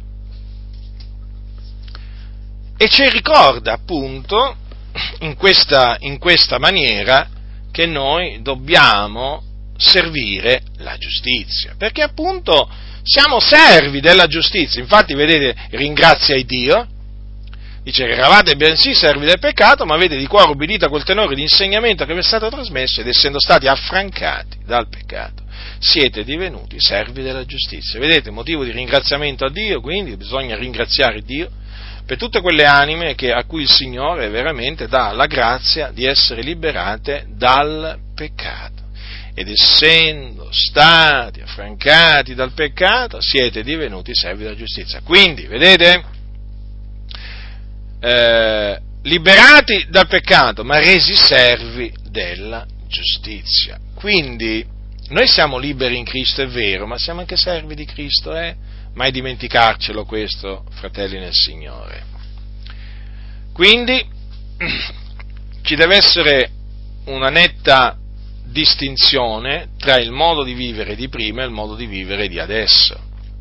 E ci ricorda appunto in questa, in questa maniera che noi dobbiamo servire la giustizia, perché appunto siamo servi della giustizia. Infatti, vedete, ringrazia il Dio, dice che eravate bensì servi del peccato, ma avete di cuore ubbidito a quel tenore di insegnamento che vi è stato trasmesso, ed essendo stati affrancati dal peccato, siete divenuti servi della giustizia. Vedete, motivo di ringraziamento a Dio, quindi bisogna ringraziare Dio per tutte quelle anime che, a cui il Signore veramente dà la grazia di essere liberate dal peccato. Ed essendo stati affrancati dal peccato, siete divenuti servi della giustizia. Quindi, vedete, eh, liberati dal peccato, ma resi servi della giustizia. Quindi, noi siamo liberi in Cristo, è vero, ma siamo anche servi di Cristo, eh? Mai dimenticarcelo questo, fratelli nel Signore. Quindi, ci deve essere una netta distinzione tra il modo di vivere di prima e il modo di vivere di adesso.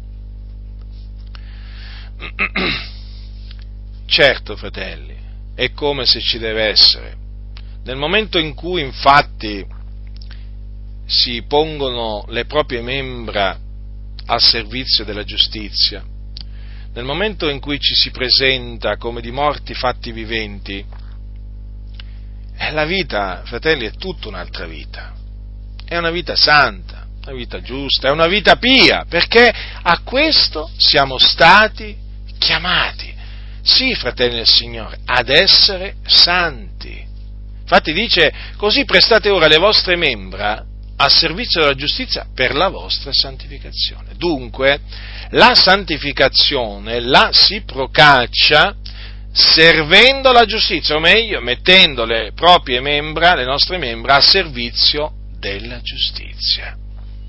Certo, fratelli, è come se ci deve essere. Nel momento in cui, infatti, si pongono le proprie membra al servizio della giustizia, nel momento in cui ci si presenta come di morti fatti viventi, E la vita, fratelli, è tutta un'altra vita. È una vita santa, una vita giusta, è una vita pia, perché a questo siamo stati chiamati. Sì, fratelli del Signore, ad essere santi. Infatti dice, così prestate ora le vostre membra a servizio della giustizia per la vostra santificazione. Dunque, la santificazione la si procaccia servendo la giustizia, o meglio, mettendo le proprie membra, le nostre membra, a servizio della giustizia.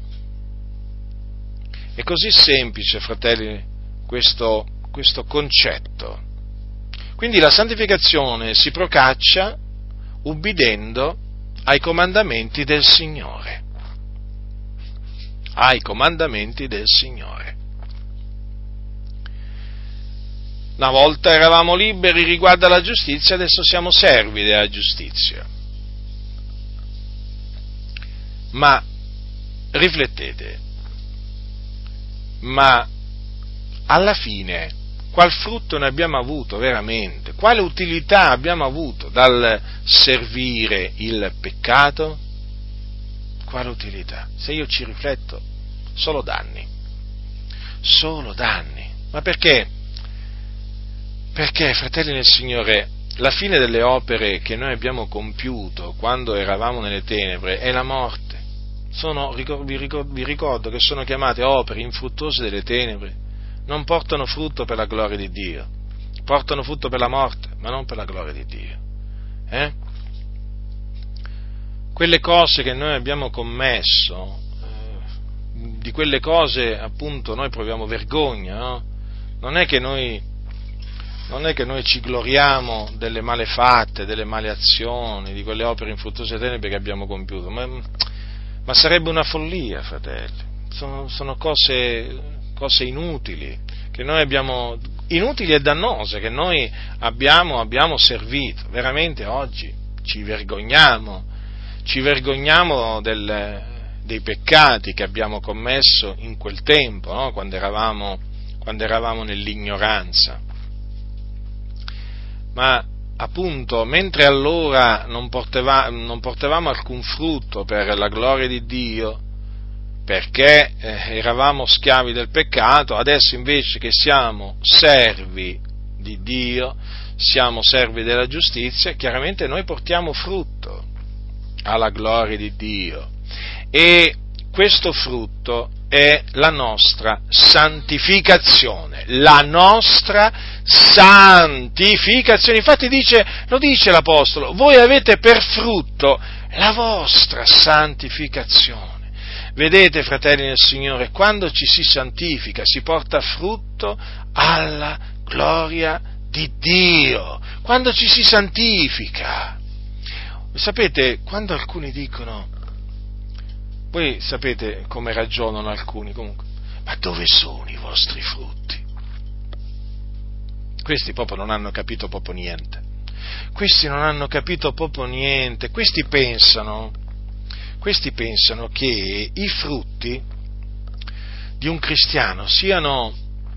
È così semplice, fratelli, questo, questo concetto. Quindi la santificazione si procaccia ubbidendo ai comandamenti del Signore. Ai comandamenti del Signore. Una volta eravamo liberi riguardo alla giustizia, adesso siamo servi della giustizia. Ma riflettete, ma alla fine qual frutto ne abbiamo avuto veramente? Quale utilità abbiamo avuto dal servire il peccato? Quale utilità? Se io ci rifletto, solo danni. Solo danni. Ma perché? Perché, fratelli nel Signore, la fine delle opere che noi abbiamo compiuto quando eravamo nelle tenebre è la morte. Sono, vi ricordo che sono chiamate opere infruttuose delle tenebre, non portano frutto per la gloria di Dio, portano frutto per la morte, ma non per la gloria di Dio. Eh? Quelle cose che noi abbiamo commesso, eh, di quelle cose appunto noi proviamo vergogna, no? Non è che noi Non è che noi ci gloriamo delle malefatte, delle male azioni, di quelle opere infruttuose tenebre che abbiamo compiuto, ma, ma sarebbe una follia, fratelli. Sono, sono cose, cose inutili, che noi abbiamo, inutili e dannose, che noi abbiamo, abbiamo servito. Veramente oggi ci vergogniamo, ci vergogniamo del, dei peccati che abbiamo commesso in quel tempo, no? quando eravamo, quando eravamo nell'ignoranza. Ma appunto, mentre allora non, porteva, non portavamo alcun frutto per la gloria di Dio, perché eh, eravamo schiavi del peccato, adesso invece che siamo servi di Dio, siamo servi della giustizia, chiaramente noi portiamo frutto alla gloria di Dio. E questo frutto è la nostra santificazione, la nostra santificazione. Infatti dice, lo dice l'Apostolo, voi avete per frutto la vostra santificazione. Vedete, fratelli nel Signore, quando ci si santifica si porta frutto alla gloria di Dio, quando ci si santifica. Sapete, quando alcuni dicono, voi sapete come ragionano alcuni comunque, ma dove sono i vostri frutti? Questi proprio non hanno capito proprio niente. Questi non hanno capito proprio niente. Questi pensano, questi pensano che i frutti di un cristiano siano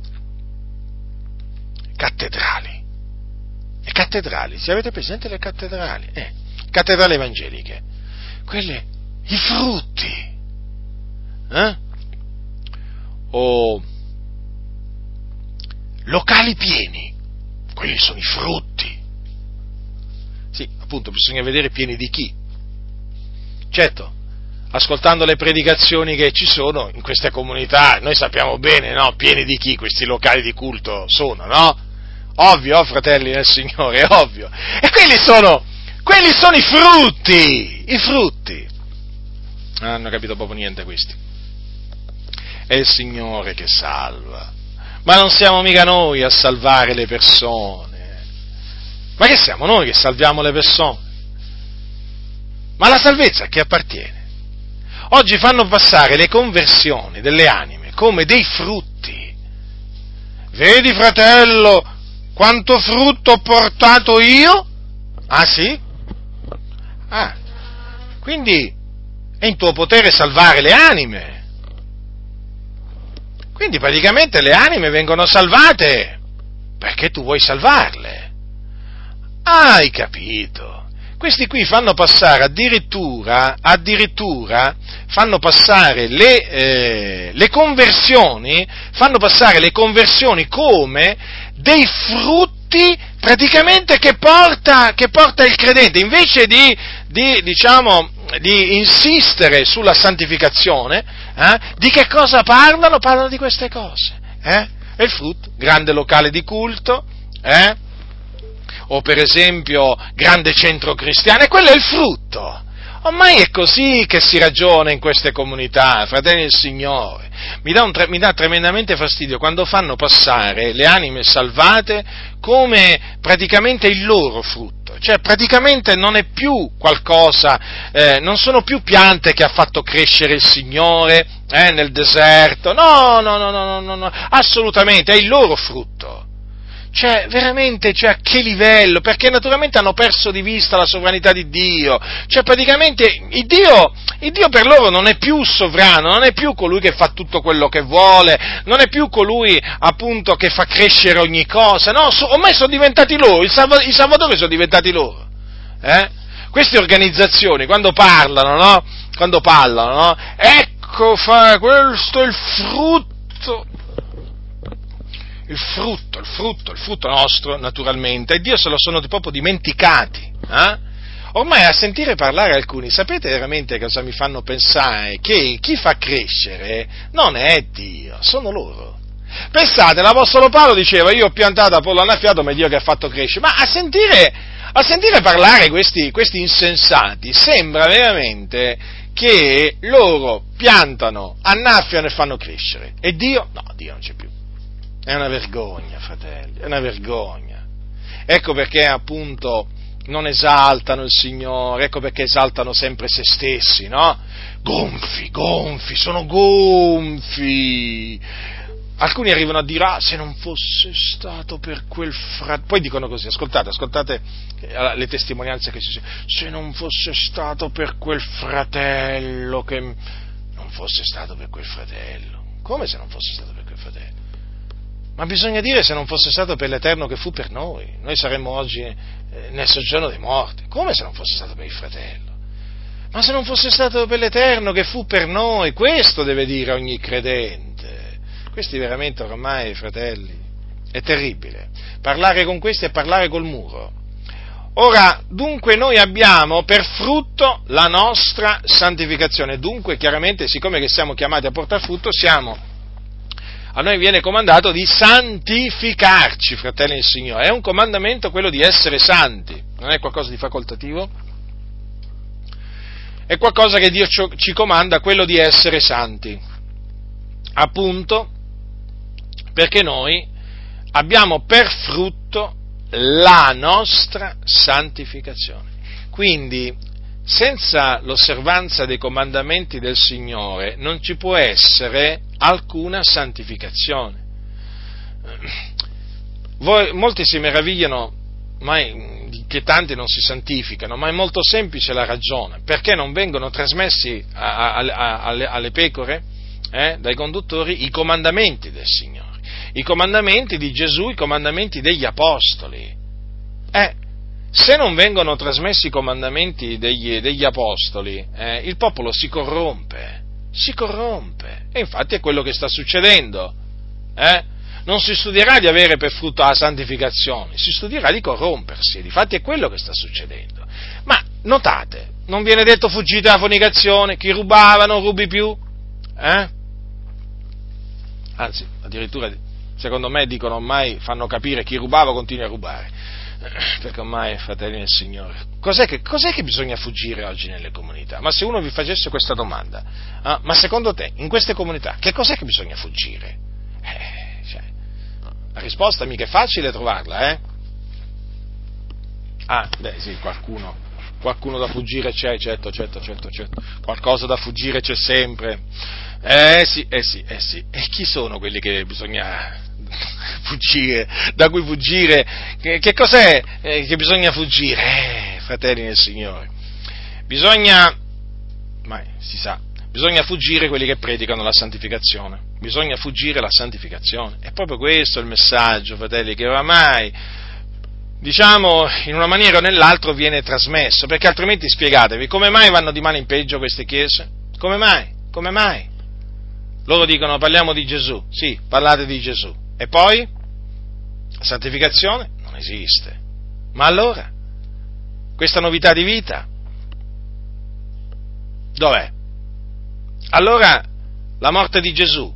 cattedrali. Le cattedrali, se avete presente le cattedrali? Eh, cattedrali evangeliche. Quelle, i frutti. Eh? O locali pieni, quelli sono i frutti. Sì, appunto, bisogna vedere pieni di chi. Certo, ascoltando le predicazioni che ci sono in queste comunità, noi sappiamo bene, no, pieni di chi questi locali di culto sono, no? Ovvio, oh, fratelli del Signore, è ovvio. E quelli sono, quelli sono i frutti, i frutti. Non hanno capito proprio niente questi. È il Signore che salva, ma non siamo mica noi a salvare le persone. Ma che siamo noi che salviamo le persone? Ma la salvezza a chi appartiene? Oggi fanno passare le conversioni delle anime come dei frutti. Vedi, fratello, quanto frutto ho portato io? Ah sì? Ah, quindi è in tuo potere salvare le anime. Quindi praticamente le anime vengono salvate perché tu vuoi salvarle. Hai capito? questi qui fanno passare addirittura, addirittura fanno passare le, eh, le conversioni, fanno passare le conversioni come dei frutti praticamente che porta, che porta il credente, invece di, di diciamo, di insistere sulla santificazione, eh, di che cosa parlano? Parlano di queste cose, eh? È il frutto, grande locale di culto, eh? O per esempio grande centro cristiano, e quello è il frutto. Ormai è così che si ragiona in queste comunità, fratelli del Signore. Mi dà, un, mi dà tremendamente fastidio quando fanno passare le anime salvate come praticamente il loro frutto. Cioè praticamente non è più qualcosa, eh, non sono più piante che ha fatto crescere il Signore eh, nel deserto. No, no, no, no, no, no, assolutamente, è il loro frutto. Cioè, veramente, cioè, a che livello? Perché naturalmente hanno perso di vista la sovranità di Dio. Cioè, praticamente, il Dio, il Dio per loro non è più sovrano, non è più colui che fa tutto quello che vuole, non è più colui, appunto, che fa crescere ogni cosa. No, so, ormai sono diventati loro, il salva, i salvatori sono diventati loro. Eh? Queste organizzazioni, quando parlano, no? Quando parlano, no? Ecco, fa, questo è il frutto... Il frutto, il frutto, il frutto nostro, naturalmente, e Dio se lo sono proprio dimenticati. Eh? Ormai a sentire parlare alcuni, sapete veramente cosa mi fanno pensare? Che chi fa crescere non è Dio, sono loro. Pensate, l'Apostolo Paolo diceva, io ho piantato, Apollo annaffiato, ma è Dio che ha fatto crescere. Ma a sentire, a sentire parlare questi, questi insensati, sembra veramente che loro piantano, annaffiano e fanno crescere. E Dio? No, Dio non c'è più. È una vergogna, fratelli, è una vergogna. Ecco perché appunto non esaltano il Signore, ecco perché esaltano sempre se stessi, no? Gonfi, gonfi, sono gonfi. Alcuni arrivano a dire, ah, se non fosse stato per quel fratello, poi dicono così, ascoltate, ascoltate le testimonianze che si sentono, se non fosse stato per quel fratello che... Non fosse stato per quel fratello. Come se non fosse stato per quel fratello? Ma bisogna dire se non fosse stato per l'Eterno che fu per noi, noi saremmo oggi eh, nel soggiorno dei morti. Come se non fosse stato per il fratello? Ma se non fosse stato per l'Eterno che fu per noi, questo deve dire ogni credente. Questi veramente ormai, fratelli, è terribile. Parlare con questi è parlare col muro. Ora, dunque noi abbiamo per frutto la nostra santificazione. Dunque, chiaramente, siccome che siamo chiamati a portare frutto, siamo... A noi viene comandato di santificarci, fratelli del Signore. È un comandamento quello di essere santi, non è qualcosa di facoltativo, è qualcosa che Dio ci comanda, quello di essere santi. Appunto, perché noi abbiamo per frutto la nostra santificazione. Quindi, senza l'osservanza dei comandamenti del Signore non ci può essere alcuna santificazione. Voi, molti si meravigliano mai che tanti non si santificano, ma è molto semplice la ragione, perché non vengono trasmessi a, a, a, alle, alle pecore eh, dai conduttori i comandamenti del Signore, i comandamenti di Gesù, i comandamenti degli apostoli. Eh, se non vengono trasmessi i comandamenti degli, degli apostoli, eh, il popolo si corrompe, si corrompe, e infatti è quello che sta succedendo. Eh? Non si studierà di avere per frutto la santificazione, si studierà di corrompersi, e difatti è quello che sta succedendo. Ma notate, non viene detto fuggite dalla fornicazione, chi rubava non rubi più, eh? Anzi, addirittura, secondo me, dicono ormai, fanno capire chi rubava continua a rubare, perché ormai, fratelli del Signore, cos'è che, cos'è che bisogna fuggire oggi nelle comunità? Ma se uno vi facesse questa domanda, eh, ma secondo te, in queste comunità, che cos'è che bisogna fuggire? Eh, cioè, la risposta mica è facile trovarla, eh? Ah, beh sì, qualcuno, qualcuno da fuggire c'è, certo, certo, certo, certo, qualcosa da fuggire c'è sempre, eh sì, eh sì, eh sì, e chi sono quelli che bisogna fuggire, da cui fuggire, che, che cos'è eh, che bisogna fuggire? Eh, fratelli del Signore, bisogna, ma si sa, bisogna fuggire quelli che predicano la santificazione, bisogna fuggire la santificazione, è proprio questo il messaggio, fratelli, che oramai diciamo, in una maniera o nell'altra viene trasmesso, perché altrimenti spiegatevi, come mai vanno di male in peggio queste chiese? Come mai? Come mai? Loro dicono parliamo di Gesù, sì, parlate di Gesù, e poi? La santificazione non esiste. Ma allora? Questa novità di vita? Dov'è? Allora, la morte di Gesù,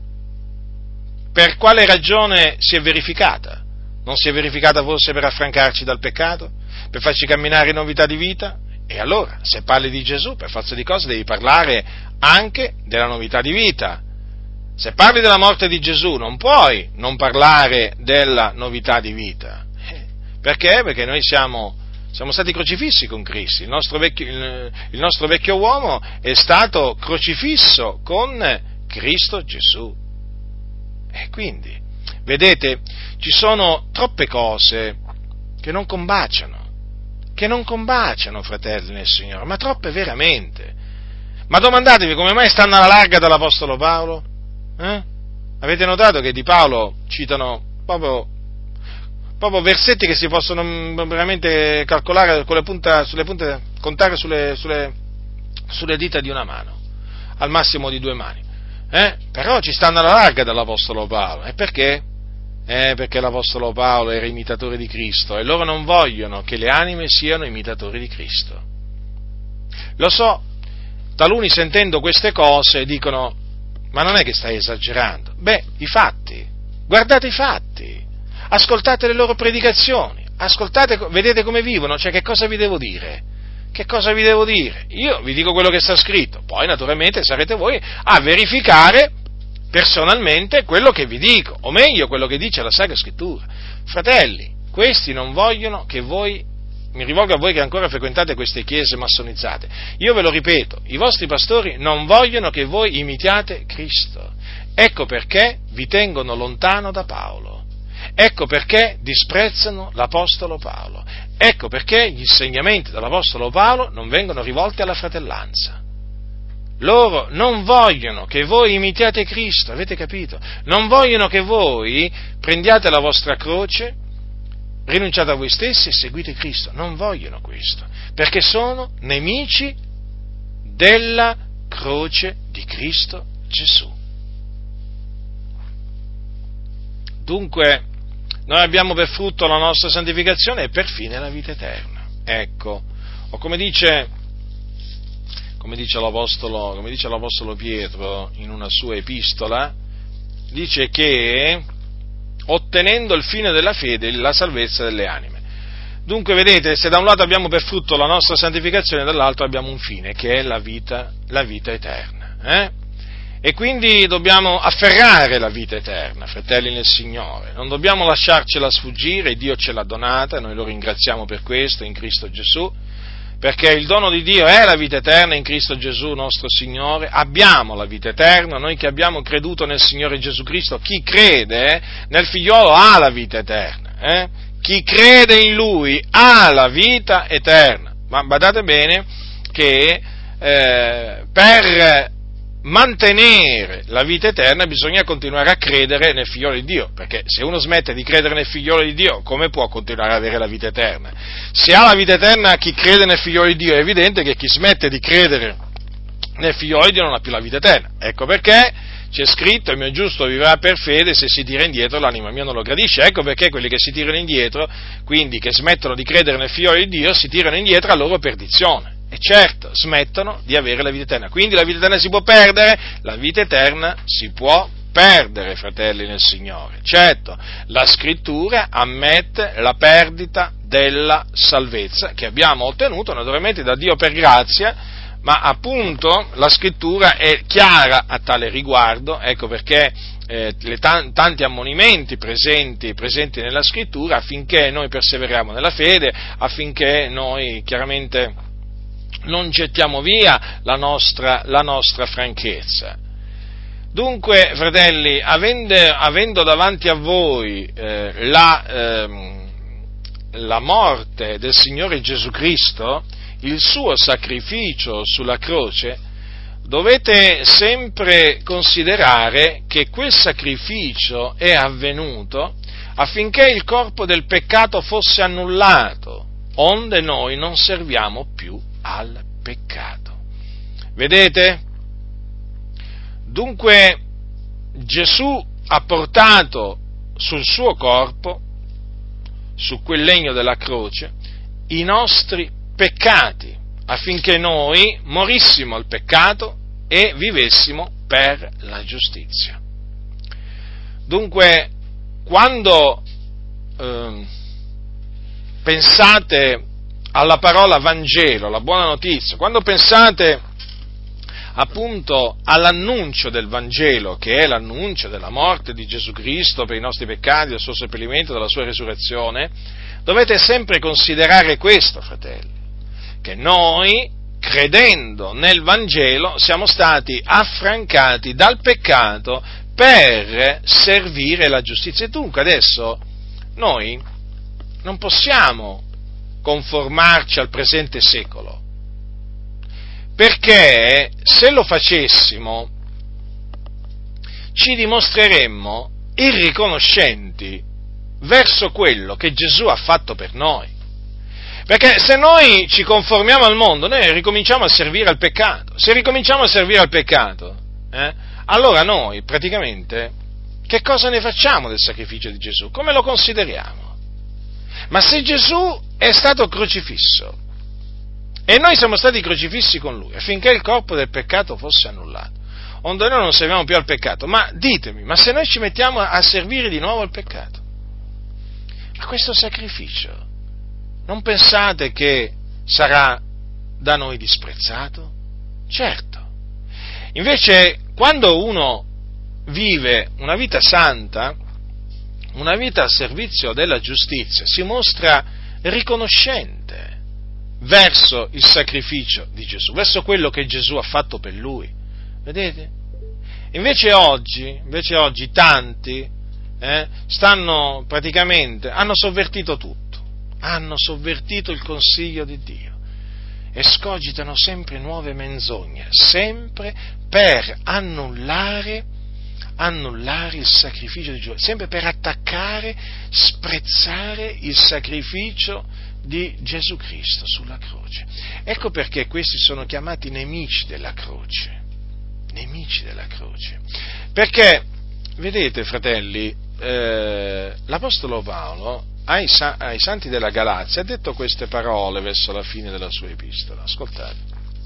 per quale ragione si è verificata? Non si è verificata forse per affrancarci dal peccato? Per farci camminare in novità di vita? E allora, se parli di Gesù, per forza di cose devi parlare anche della novità di vita. Se parli della morte di Gesù, non puoi non parlare della novità di vita. Perché? Perché noi siamo, siamo stati crocifissi con Cristo, il nostro, vecchio, il, il nostro vecchio uomo è stato crocifisso con Cristo Gesù. E quindi, vedete, ci sono troppe cose che non combaciano, che non combaciano, fratelli nel Signore, ma troppe veramente. Ma domandatevi come mai stanno alla larga dall'Apostolo Paolo? Eh? Avete notato che di Paolo citano proprio, proprio versetti che si possono veramente calcolare con le punte, sulle punte, contare sulle, sulle, sulle dita di una mano, al massimo di due mani. Eh? Però ci stanno alla larga dall'Apostolo Paolo. E perché? Eh, perché l'Apostolo Paolo era imitatore di Cristo e loro non vogliono che le anime siano imitatori di Cristo. Lo so, taluni sentendo queste cose dicono: ma non è che stai esagerando? Beh, i fatti, guardate i fatti, ascoltate le loro predicazioni, ascoltate, vedete come vivono, cioè che cosa vi devo dire? Che cosa vi devo dire? Io vi dico quello che sta scritto, poi naturalmente sarete voi a verificare personalmente quello che vi dico, o meglio quello che dice la Sacra Scrittura. Fratelli, questi non vogliono che voi, mi rivolgo a voi che ancora frequentate queste chiese massonizzate, io ve lo ripeto, i vostri pastori non vogliono che voi imitiate Cristo, ecco perché vi tengono lontano da Paolo, ecco perché disprezzano l'Apostolo Paolo, ecco perché gli insegnamenti dell'Apostolo Paolo non vengono rivolti alla fratellanza. Loro non vogliono che voi imitiate Cristo, avete capito? Non vogliono che voi prendiate la vostra croce, rinunciate a voi stessi e seguite Cristo. Non vogliono questo, perché sono nemici della croce di Cristo Gesù. Dunque, noi abbiamo per frutto la nostra santificazione e per fine la vita eterna. Ecco, o come dice... Come dice, l'Apostolo, come dice l'Apostolo Pietro in una sua epistola, dice che ottenendo il fine della fede, la salvezza delle anime. Dunque, vedete, se da un lato abbiamo per frutto la nostra santificazione, dall'altro abbiamo un fine, che è la vita, la vita eterna. Eh? E quindi dobbiamo afferrare la vita eterna, fratelli nel Signore, non dobbiamo lasciarcela sfuggire, Dio ce l'ha donata, noi lo ringraziamo per questo in Cristo Gesù, perché il dono di Dio è la vita eterna in Cristo Gesù nostro Signore, abbiamo la vita eterna, noi che abbiamo creduto nel Signore Gesù Cristo, chi crede nel Figliolo ha la vita eterna, eh? Chi crede in Lui ha la vita eterna, ma badate bene che eh, per mantenere la vita eterna bisogna continuare a credere nel Figliolo di Dio, perché se uno smette di credere nel Figliolo di Dio, come può continuare ad avere la vita eterna? Se ha la vita eterna chi crede nel Figliolo di Dio, è evidente che chi smette di credere nel Figliolo di Dio non ha più la vita eterna. Ecco perché c'è scritto: il mio giusto vivrà per fede, se si tira indietro l'anima mia non lo gradisce. Ecco perché quelli che si tirano indietro, quindi che smettono di credere nel Figliolo di Dio, si tirano indietro a loro perdizione. E certo, smettono di avere la vita eterna. Quindi la vita eterna si può perdere? La vita eterna si può perdere, fratelli nel Signore. Certo, la Scrittura ammette la perdita della salvezza che abbiamo ottenuto naturalmente da Dio per grazia, ma appunto la Scrittura è chiara a tale riguardo, ecco perché eh, le t- tanti ammonimenti presenti, presenti nella Scrittura affinché noi perseveriamo nella fede, affinché noi chiaramente non gettiamo via la nostra, la nostra franchezza. Dunque, fratelli, avendo, avendo davanti a voi eh, la, ehm, la morte del Signore Gesù Cristo, il suo sacrificio sulla croce, dovete sempre considerare che quel sacrificio è avvenuto affinché il corpo del peccato fosse annullato, onde noi non serviamo più al peccato. Vedete? Dunque Gesù ha portato sul suo corpo, su quel legno della croce, i nostri peccati, affinché noi morissimo al peccato e vivessimo per la giustizia. Dunque, quando eh, pensate alla parola Vangelo, la buona notizia, quando pensate appunto all'annuncio del Vangelo, che è l'annuncio della morte di Gesù Cristo per i nostri peccati, del suo seppellimento, della sua resurrezione, dovete sempre considerare questo, fratelli, che noi, credendo nel Vangelo, siamo stati affrancati dal peccato per servire la giustizia. E dunque adesso noi non possiamo conformarci al presente secolo, perché se lo facessimo ci dimostreremmo irriconoscenti verso quello che Gesù ha fatto per noi. Perché se noi ci conformiamo al mondo, noi ricominciamo a servire al peccato. Se ricominciamo a servire al peccato, eh, allora noi praticamente che cosa ne facciamo del sacrificio di Gesù? Come lo consideriamo? Ma se Gesù è stato crocifisso e noi siamo stati crocifissi con Lui affinché il corpo del peccato fosse annullato, onde noi non serviamo più al peccato, ma ditemi, ma se noi ci mettiamo a servire di nuovo al peccato, a questo sacrificio, non pensate che sarà da noi disprezzato? Certo. Invece, quando uno vive una vita santa, una vita al servizio della giustizia, si mostra riconoscente verso il sacrificio di Gesù, verso quello che Gesù ha fatto per lui. Vedete? Invece oggi, invece oggi tanti eh, stanno praticamente, hanno sovvertito tutto. Hanno sovvertito il consiglio di Dio e scogitano sempre nuove menzogne, sempre per annullare, annullare il sacrificio di Gesù, sempre per attaccare, sprezzare il sacrificio di Gesù Cristo sulla croce. Ecco perché questi sono chiamati nemici della croce, nemici della croce, perché, vedete fratelli, eh, l'Apostolo Paolo Ai, ai santi della Galazia ha detto queste parole verso la fine della sua epistola. Ascoltate.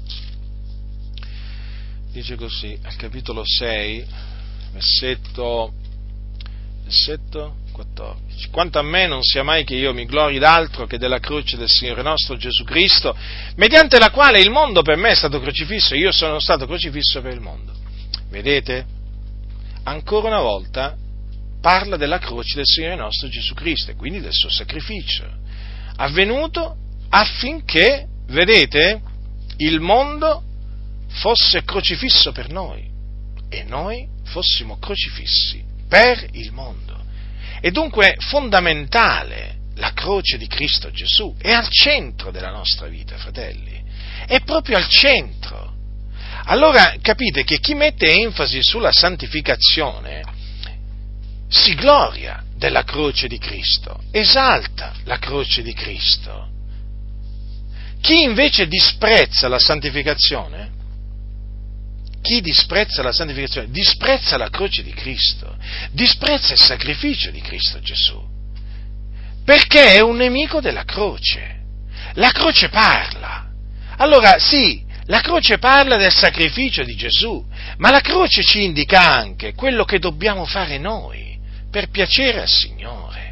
Dice così, al capitolo sei, versetto, versetto quattordici. Quanto a me non sia mai che io mi glori d'altro che della croce del Signore nostro Gesù Cristo, mediante la quale il mondo per me è stato crocifisso e io sono stato crocifisso per il mondo. Vedete? Ancora una volta parla della croce del Signore nostro Gesù Cristo e quindi del suo sacrificio, avvenuto affinché, vedete, il mondo fosse crocifisso per noi e noi fossimo crocifissi per il mondo. E dunque è fondamentale la croce di Cristo Gesù, è al centro della nostra vita, fratelli, è proprio al centro. Allora capite che chi mette enfasi sulla santificazione si gloria della croce di Cristo, esalta la croce di Cristo. Chi invece disprezza la santificazione, chi disprezza la santificazione, disprezza la croce di Cristo, disprezza il sacrificio di Cristo Gesù, perché è un nemico della croce. La croce parla. Allora sì, la croce parla del sacrificio di Gesù, ma la croce ci indica anche quello che dobbiamo fare noi per piacere al Signore.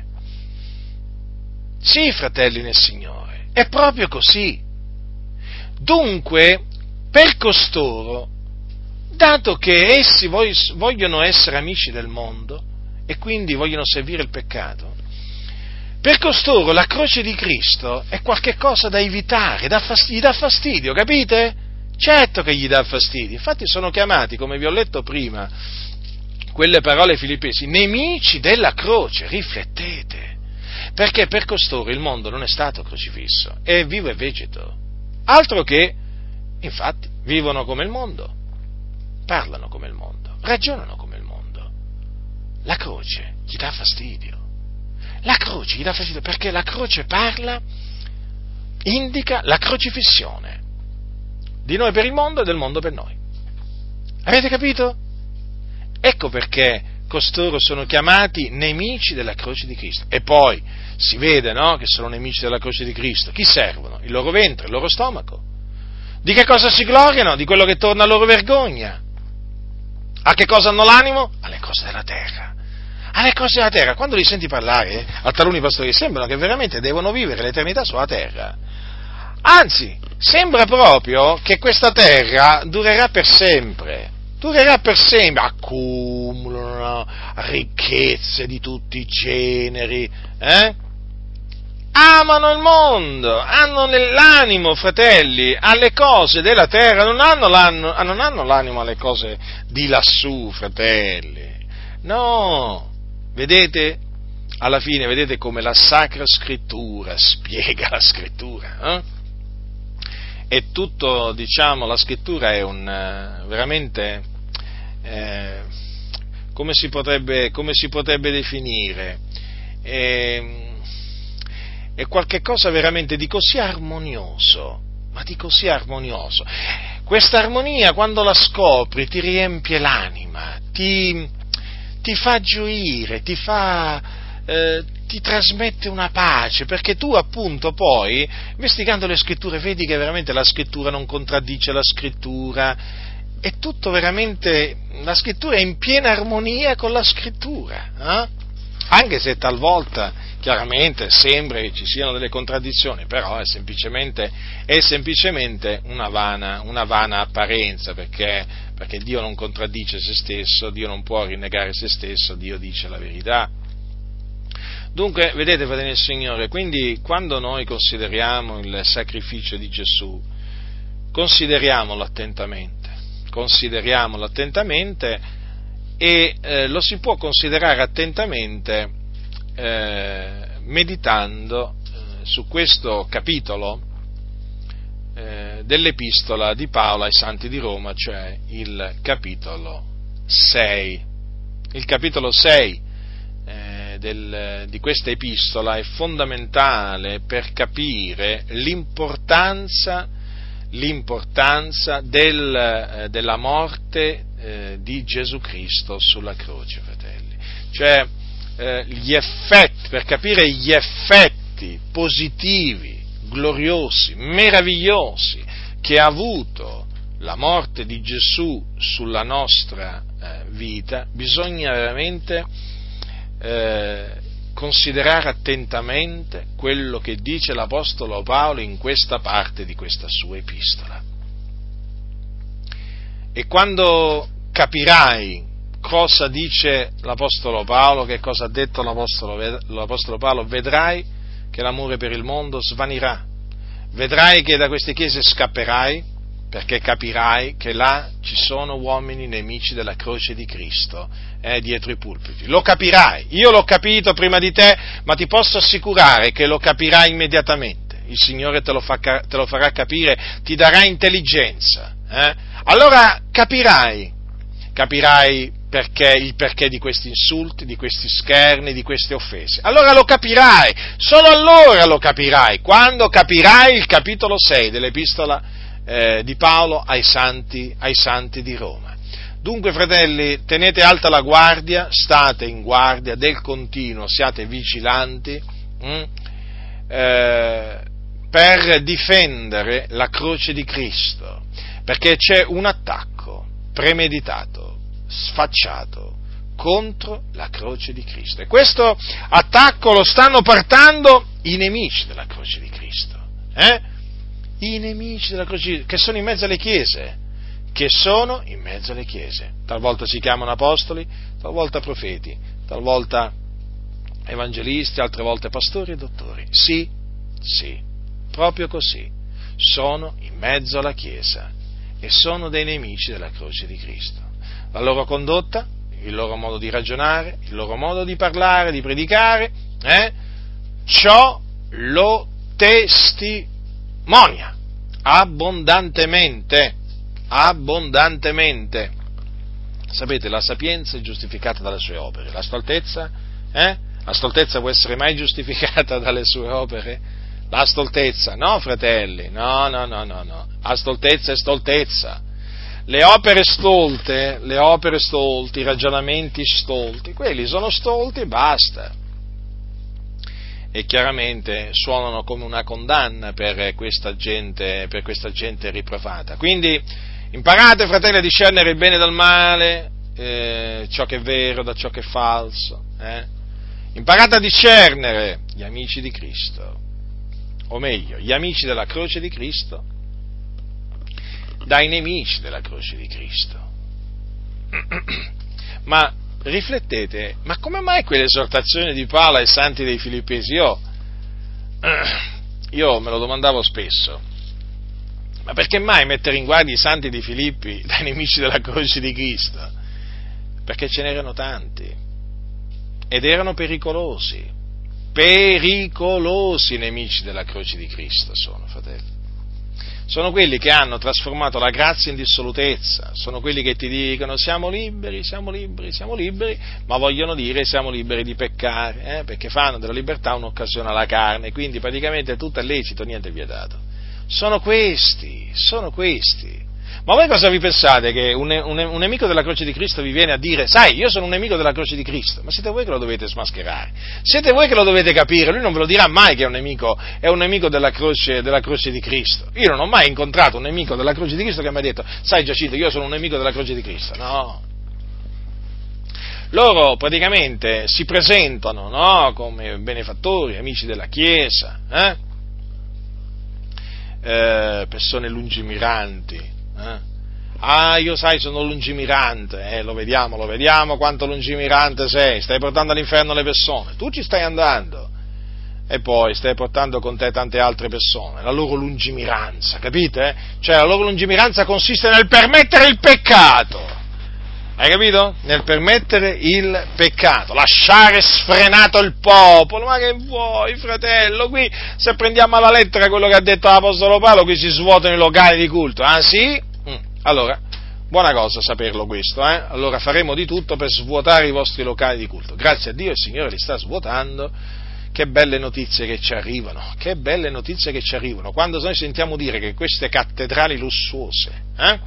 Sì, fratelli nel Signore, è proprio così. Dunque, per costoro, dato che essi vogliono essere amici del mondo e quindi vogliono servire il peccato, per costoro la croce di Cristo è qualche cosa da evitare, da fastidio, gli dà fastidio, capite? Certo che gli dà fastidio, infatti sono chiamati, come vi ho letto prima, quelle parole ai Filippesi, nemici della croce, riflettete, perché per costoro il mondo non è stato crocifisso, è vivo e vegeto, altro che, infatti, vivono come il mondo, parlano come il mondo, ragionano come il mondo. La croce gli dà fastidio. La croce gli dà fastidio perché la croce parla, indica la crocifissione di noi per il mondo e del mondo per noi. Avete capito? Ecco perché costoro sono chiamati nemici della croce di Cristo. E poi si vede, no, che sono nemici della croce di Cristo. Chi servono? Il loro ventre, il loro stomaco. Di che cosa si gloriano? Di quello che torna a loro vergogna. A che cosa hanno l'animo? Alle cose della terra. Alle cose della terra. Quando li senti parlare a taluni pastori sembrano che veramente devono vivere l'eternità sulla terra. Anzi, sembra proprio che questa terra durerà per sempre. Durerà per sempre. Accumulano ricchezze di tutti i generi. Eh? Amano il mondo, hanno l'animo, fratelli, alle cose della terra, non hanno, non hanno l'animo alle cose di lassù, fratelli. No, vedete, alla fine, vedete come la Sacra Scrittura spiega la Scrittura, eh? E tutto, diciamo, la Scrittura è un, veramente, eh, come si potrebbe, come si potrebbe definire? Eh, È qualche cosa veramente di così armonioso, ma di così armonioso. Questa armonia, quando la scopri, ti riempie l'anima, ti, ti fa gioire, ti fa, eh, ti trasmette una pace, perché tu appunto poi, investigando le scritture, vedi che veramente la scrittura non contraddice la scrittura, è tutto veramente, la scrittura è in piena armonia con la scrittura, eh? Anche se talvolta chiaramente sembra che ci siano delle contraddizioni, però è semplicemente, è semplicemente una vana, una vana apparenza, perché, perché Dio non contraddice se stesso, Dio non può rinnegare se stesso, Dio dice la verità. Dunque, vedete, fratelli del Signore, quindi quando noi consideriamo il sacrificio di Gesù, consideriamolo attentamente, consideriamolo attentamente e eh, lo si può considerare attentamente eh, meditando eh, su questo capitolo eh, dell'epistola di Paolo ai Santi di Roma, cioè il capitolo sei. Il capitolo sei eh, del, di questa epistola è fondamentale per capire l'importanza l'importanza del, eh, della morte eh, di Gesù Cristo sulla croce, fratelli. Cioè, eh, gli effetti, per capire gli effetti positivi, gloriosi, meravigliosi che ha avuto la morte di Gesù sulla nostra eh, vita, bisogna veramente eh, considerare attentamente quello che dice l'Apostolo Paolo in questa parte di questa sua epistola. E quando capirai cosa dice l'Apostolo Paolo, che cosa ha detto l'Apostolo, l'Apostolo Paolo, vedrai che l'amore per il mondo svanirà, vedrai che da queste chiese scapperai, perché capirai che là ci sono uomini nemici della croce di Cristo, eh, dietro i pulpiti. Lo capirai, io l'ho capito prima di te, ma ti posso assicurare che lo capirai immediatamente. Il Signore te lo, fa, te lo farà capire, ti darà intelligenza. Eh? Allora capirai, capirai perché, il perché di questi insulti, di questi scherni, di queste offese. Allora lo capirai, solo allora lo capirai, quando capirai il capitolo sei dell'epistola Eh, di Paolo ai santi, ai santi di Roma. Dunque, fratelli, tenete alta la guardia, state in guardia del continuo, siate vigilanti hm, eh, per difendere la croce di Cristo, perché c'è un attacco premeditato, sfacciato contro la croce di Cristo, e questo attacco lo stanno portando i nemici della croce di Cristo, eh? I nemici della croce, che sono in mezzo alle chiese, che sono in mezzo alle chiese. Talvolta si chiamano apostoli, talvolta profeti, talvolta evangelisti, altre volte pastori e dottori. Sì, sì, proprio così. Sono in mezzo alla chiesa e sono dei nemici della croce di Cristo. La loro condotta, il loro modo di ragionare, il loro modo di parlare, di predicare, eh, ciò lo testimonia. Monia, abbondantemente, abbondantemente. Sapete, la sapienza è giustificata dalle sue opere, la stoltezza, eh? La stoltezza può essere mai giustificata dalle sue opere? La stoltezza, no fratelli, no, no, no, no, no, la stoltezza è stoltezza. Le opere stolte, le opere stolti, i ragionamenti stolti, quelli sono stolti e basta. E chiaramente suonano come una condanna per questa gente, per questa gente riprovata. Quindi imparate, fratelli, a discernere il bene dal male, eh, ciò che è vero da ciò che è falso. Eh? Imparate a discernere gli amici di Cristo, o meglio, gli amici della croce di Cristo, dai nemici della croce di Cristo. Ma riflettete, ma come mai quell'esortazione di Paolo ai santi dei Filippesi? Io, io me lo domandavo spesso, ma perché mai mettere in guardia i santi di Filippi dai nemici della croce di Cristo? Perché ce n'erano tanti, ed erano pericolosi, pericolosi i nemici della croce di Cristo sono, fratelli. Sono quelli che hanno trasformato la grazia in dissolutezza, sono quelli che ti dicono siamo liberi, siamo liberi, siamo liberi, ma vogliono dire siamo liberi di peccare, eh? Perché fanno della libertà un'occasione alla carne, quindi praticamente tutto è lecito, niente è vietato. Sono questi, sono questi. Ma voi cosa vi pensate? Che un, un, un nemico della croce di Cristo vi viene a dire, sai, io sono un nemico della croce di Cristo? Ma siete voi che lo dovete smascherare, siete voi che lo dovete capire, lui non ve lo dirà mai che è un nemico, è un nemico della croce, della croce di Cristo. Io non ho mai incontrato un nemico della croce di Cristo che mi ha detto, sai Giacinto, io sono un nemico della croce di Cristo. No. Loro praticamente si presentano, no, come benefattori, amici della Chiesa, eh? Eh, persone lungimiranti. Eh? Ah, io sai, sono lungimirante, eh, lo vediamo, lo vediamo quanto lungimirante sei, stai portando all'inferno le persone, tu ci stai andando, e poi stai portando con te tante altre persone, la loro lungimiranza, capite? Cioè la loro lungimiranza consiste nel permettere il peccato, hai capito? Nel permettere il peccato, lasciare sfrenato il popolo, ma che vuoi, fratello? Qui, se prendiamo alla lettera quello che ha detto l'Apostolo Paolo, qui si svuotano i locali di culto, ah sì? Mm. Allora, buona cosa saperlo questo, eh? Allora faremo di tutto per svuotare i vostri locali di culto, grazie a Dio il Signore li sta svuotando, che belle notizie che ci arrivano, che belle notizie che ci arrivano, quando noi sentiamo dire che queste cattedrali lussuose, eh?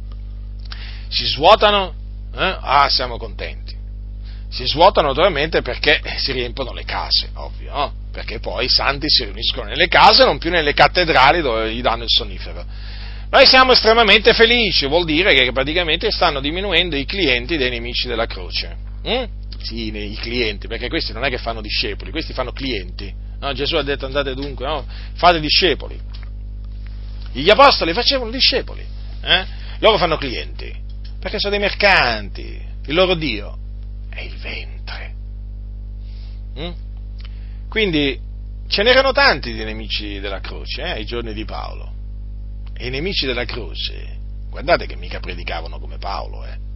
Si svuotano, Eh? Ah, siamo contenti. Si svuotano naturalmente perché si riempiono le case, ovvio, no? Perché poi i santi si riuniscono nelle case, non più nelle cattedrali dove gli danno il sonnifero. Noi siamo estremamente felici, vuol dire che praticamente stanno diminuendo i clienti dei nemici della croce. Mm? Sì, i clienti, perché questi non è che fanno discepoli, questi fanno clienti. No? Gesù ha detto andate dunque, no? Fate discepoli. Gli apostoli facevano discepoli, eh? Loro fanno clienti. Perché sono dei mercanti, il loro Dio è il ventre. Mm? Quindi ce n'erano tanti di nemici della croce, eh, ai giorni di Paolo. E i nemici della croce, guardate che mica predicavano come Paolo, eh.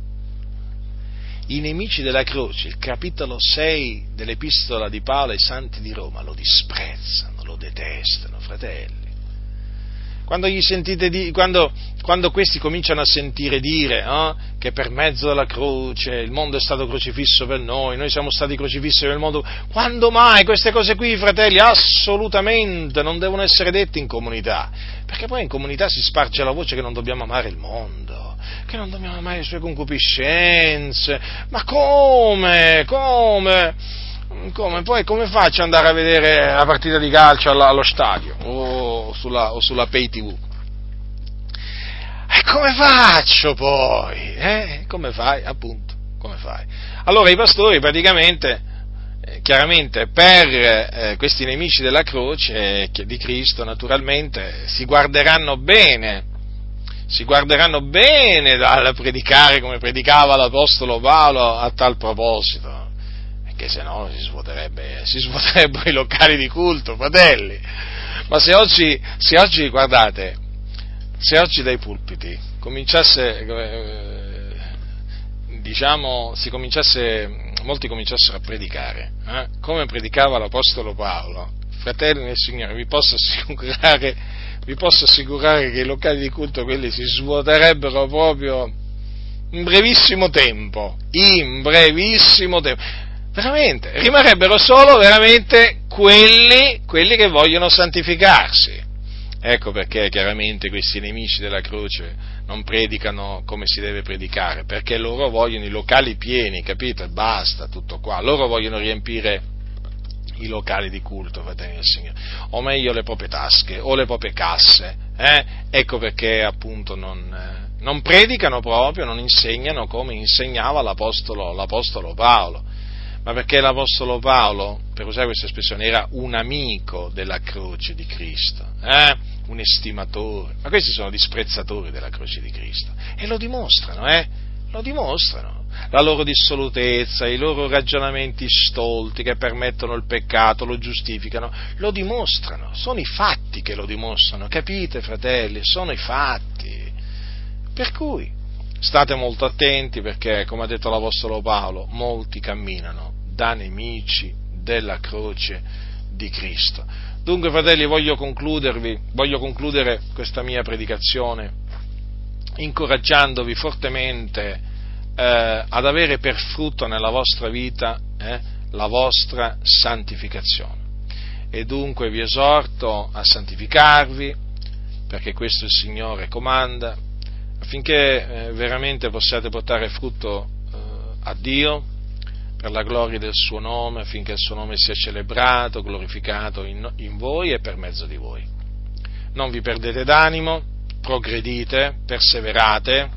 I nemici della croce, il capitolo sei dell'epistola di Paolo ai santi di Roma, lo disprezzano, lo detestano, fratelli. Quando gli sentite di, quando, quando questi cominciano a sentire dire eh, che per mezzo della croce il mondo è stato crocifisso per noi, noi siamo stati crocifissi per il mondo, quando mai queste cose qui, fratelli, assolutamente non devono essere dette in comunità, perché poi in comunità si sparge la voce che non dobbiamo amare il mondo, che non dobbiamo amare le sue concupiscenze, ma come, come? Come? Poi come faccio ad andare a vedere la partita di calcio allo stadio o sulla, o sulla Pay ti vu? E come faccio poi? Eh? Come fai? Appunto, come fai? Allora i pastori praticamente, eh, chiaramente per eh, questi nemici della croce, eh, di Cristo naturalmente, si guarderanno bene, si guarderanno bene dal predicare come predicava l'Apostolo Paolo a tal proposito. Che se no si svuoterebbe, si svuoterebbero i locali di culto, fratelli. Ma se oggi, se oggi, guardate, se oggi dai pulpiti cominciasse, eh, diciamo, si cominciasse, molti cominciassero a predicare, eh, come predicava l'Apostolo Paolo, fratelli nel Signore, vi posso assicurare, vi posso assicurare che i locali di culto, quelli si svuoterebbero proprio, in brevissimo tempo, in brevissimo tempo, veramente, rimarrebbero solo veramente quelli, quelli che vogliono santificarsi. Ecco perché chiaramente questi nemici della croce non predicano come si deve predicare, perché loro vogliono i locali pieni, capito? E basta, tutto qua. Loro vogliono riempire i locali di culto, fratelli del Signore, o meglio le proprie tasche, o le proprie casse, eh? Ecco perché appunto non, eh, non predicano proprio, non insegnano come insegnava l'Apostolo, l'Apostolo Paolo. Ma perché l'Apostolo Paolo, per usare questa espressione, era un amico della croce di Cristo, eh? un estimatore, ma questi sono disprezzatori della croce di Cristo, e lo dimostrano, eh? lo dimostrano, la loro dissolutezza, i loro ragionamenti stolti che permettono il peccato, lo giustificano, lo dimostrano, sono i fatti che lo dimostrano, capite fratelli, sono i fatti, per cui state molto attenti perché, come ha detto l'Apostolo Paolo, molti camminano da nemici della croce di Cristo. Dunque, fratelli, voglio concludervi, voglio concludere questa mia predicazione incoraggiandovi fortemente eh, ad avere per frutto nella vostra vita eh, la vostra santificazione. E dunque vi esorto a santificarvi, perché questo il Signore comanda, affinché eh, veramente possiate portare frutto eh, a Dio, per la gloria del suo nome, affinché il suo nome sia celebrato, glorificato in, in voi e per mezzo di voi. Non vi perdete d'animo, progredite, perseverate,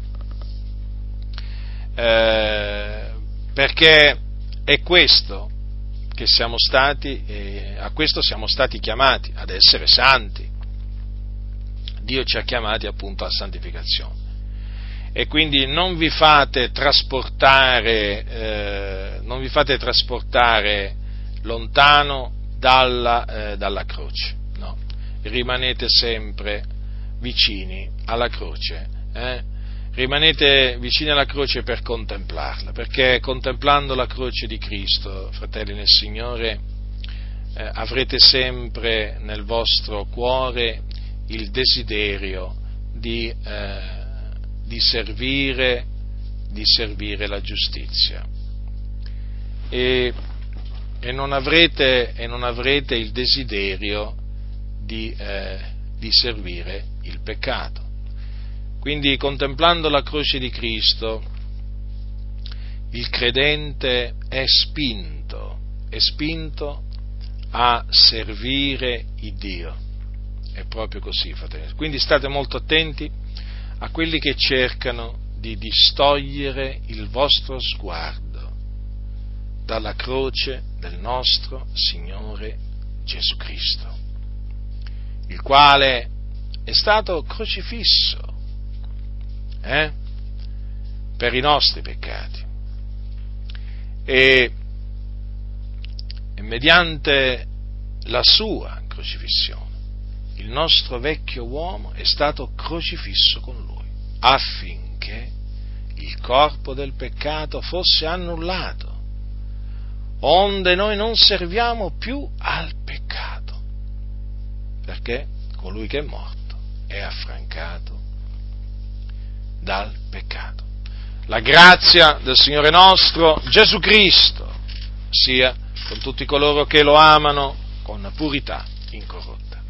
eh, perché è questo che siamo stati, eh, a questo siamo stati chiamati, ad essere santi. Dio ci ha chiamati appunto a santificazione. E quindi non vi fate trasportare, eh, non vi fate trasportare lontano dalla, eh, dalla croce, no? Rimanete sempre vicini alla croce, eh? Rimanete vicini alla croce per contemplarla, perché contemplando la croce di Cristo, fratelli nel Signore, eh, avrete sempre nel vostro cuore il desiderio di eh, di servire, di servire la giustizia e, e, non avrete, e non avrete il desiderio di, eh, di servire il peccato. Quindi, contemplando la croce di Cristo, il credente è spinto, è spinto a servire il Dio. È proprio così, fratelli. Quindi state molto attenti a quelli che cercano di distogliere il vostro sguardo dalla croce del nostro Signore Gesù Cristo, il quale è stato crocifisso eh, per i nostri peccati e, e mediante la sua crocifissione il nostro vecchio uomo è stato crocifisso con lui, affinché il corpo del peccato fosse annullato, onde noi non serviamo più al peccato, perché colui che è morto è affrancato dal peccato. La grazia del Signore nostro Gesù Cristo sia con tutti coloro che lo amano con purità incorrotta.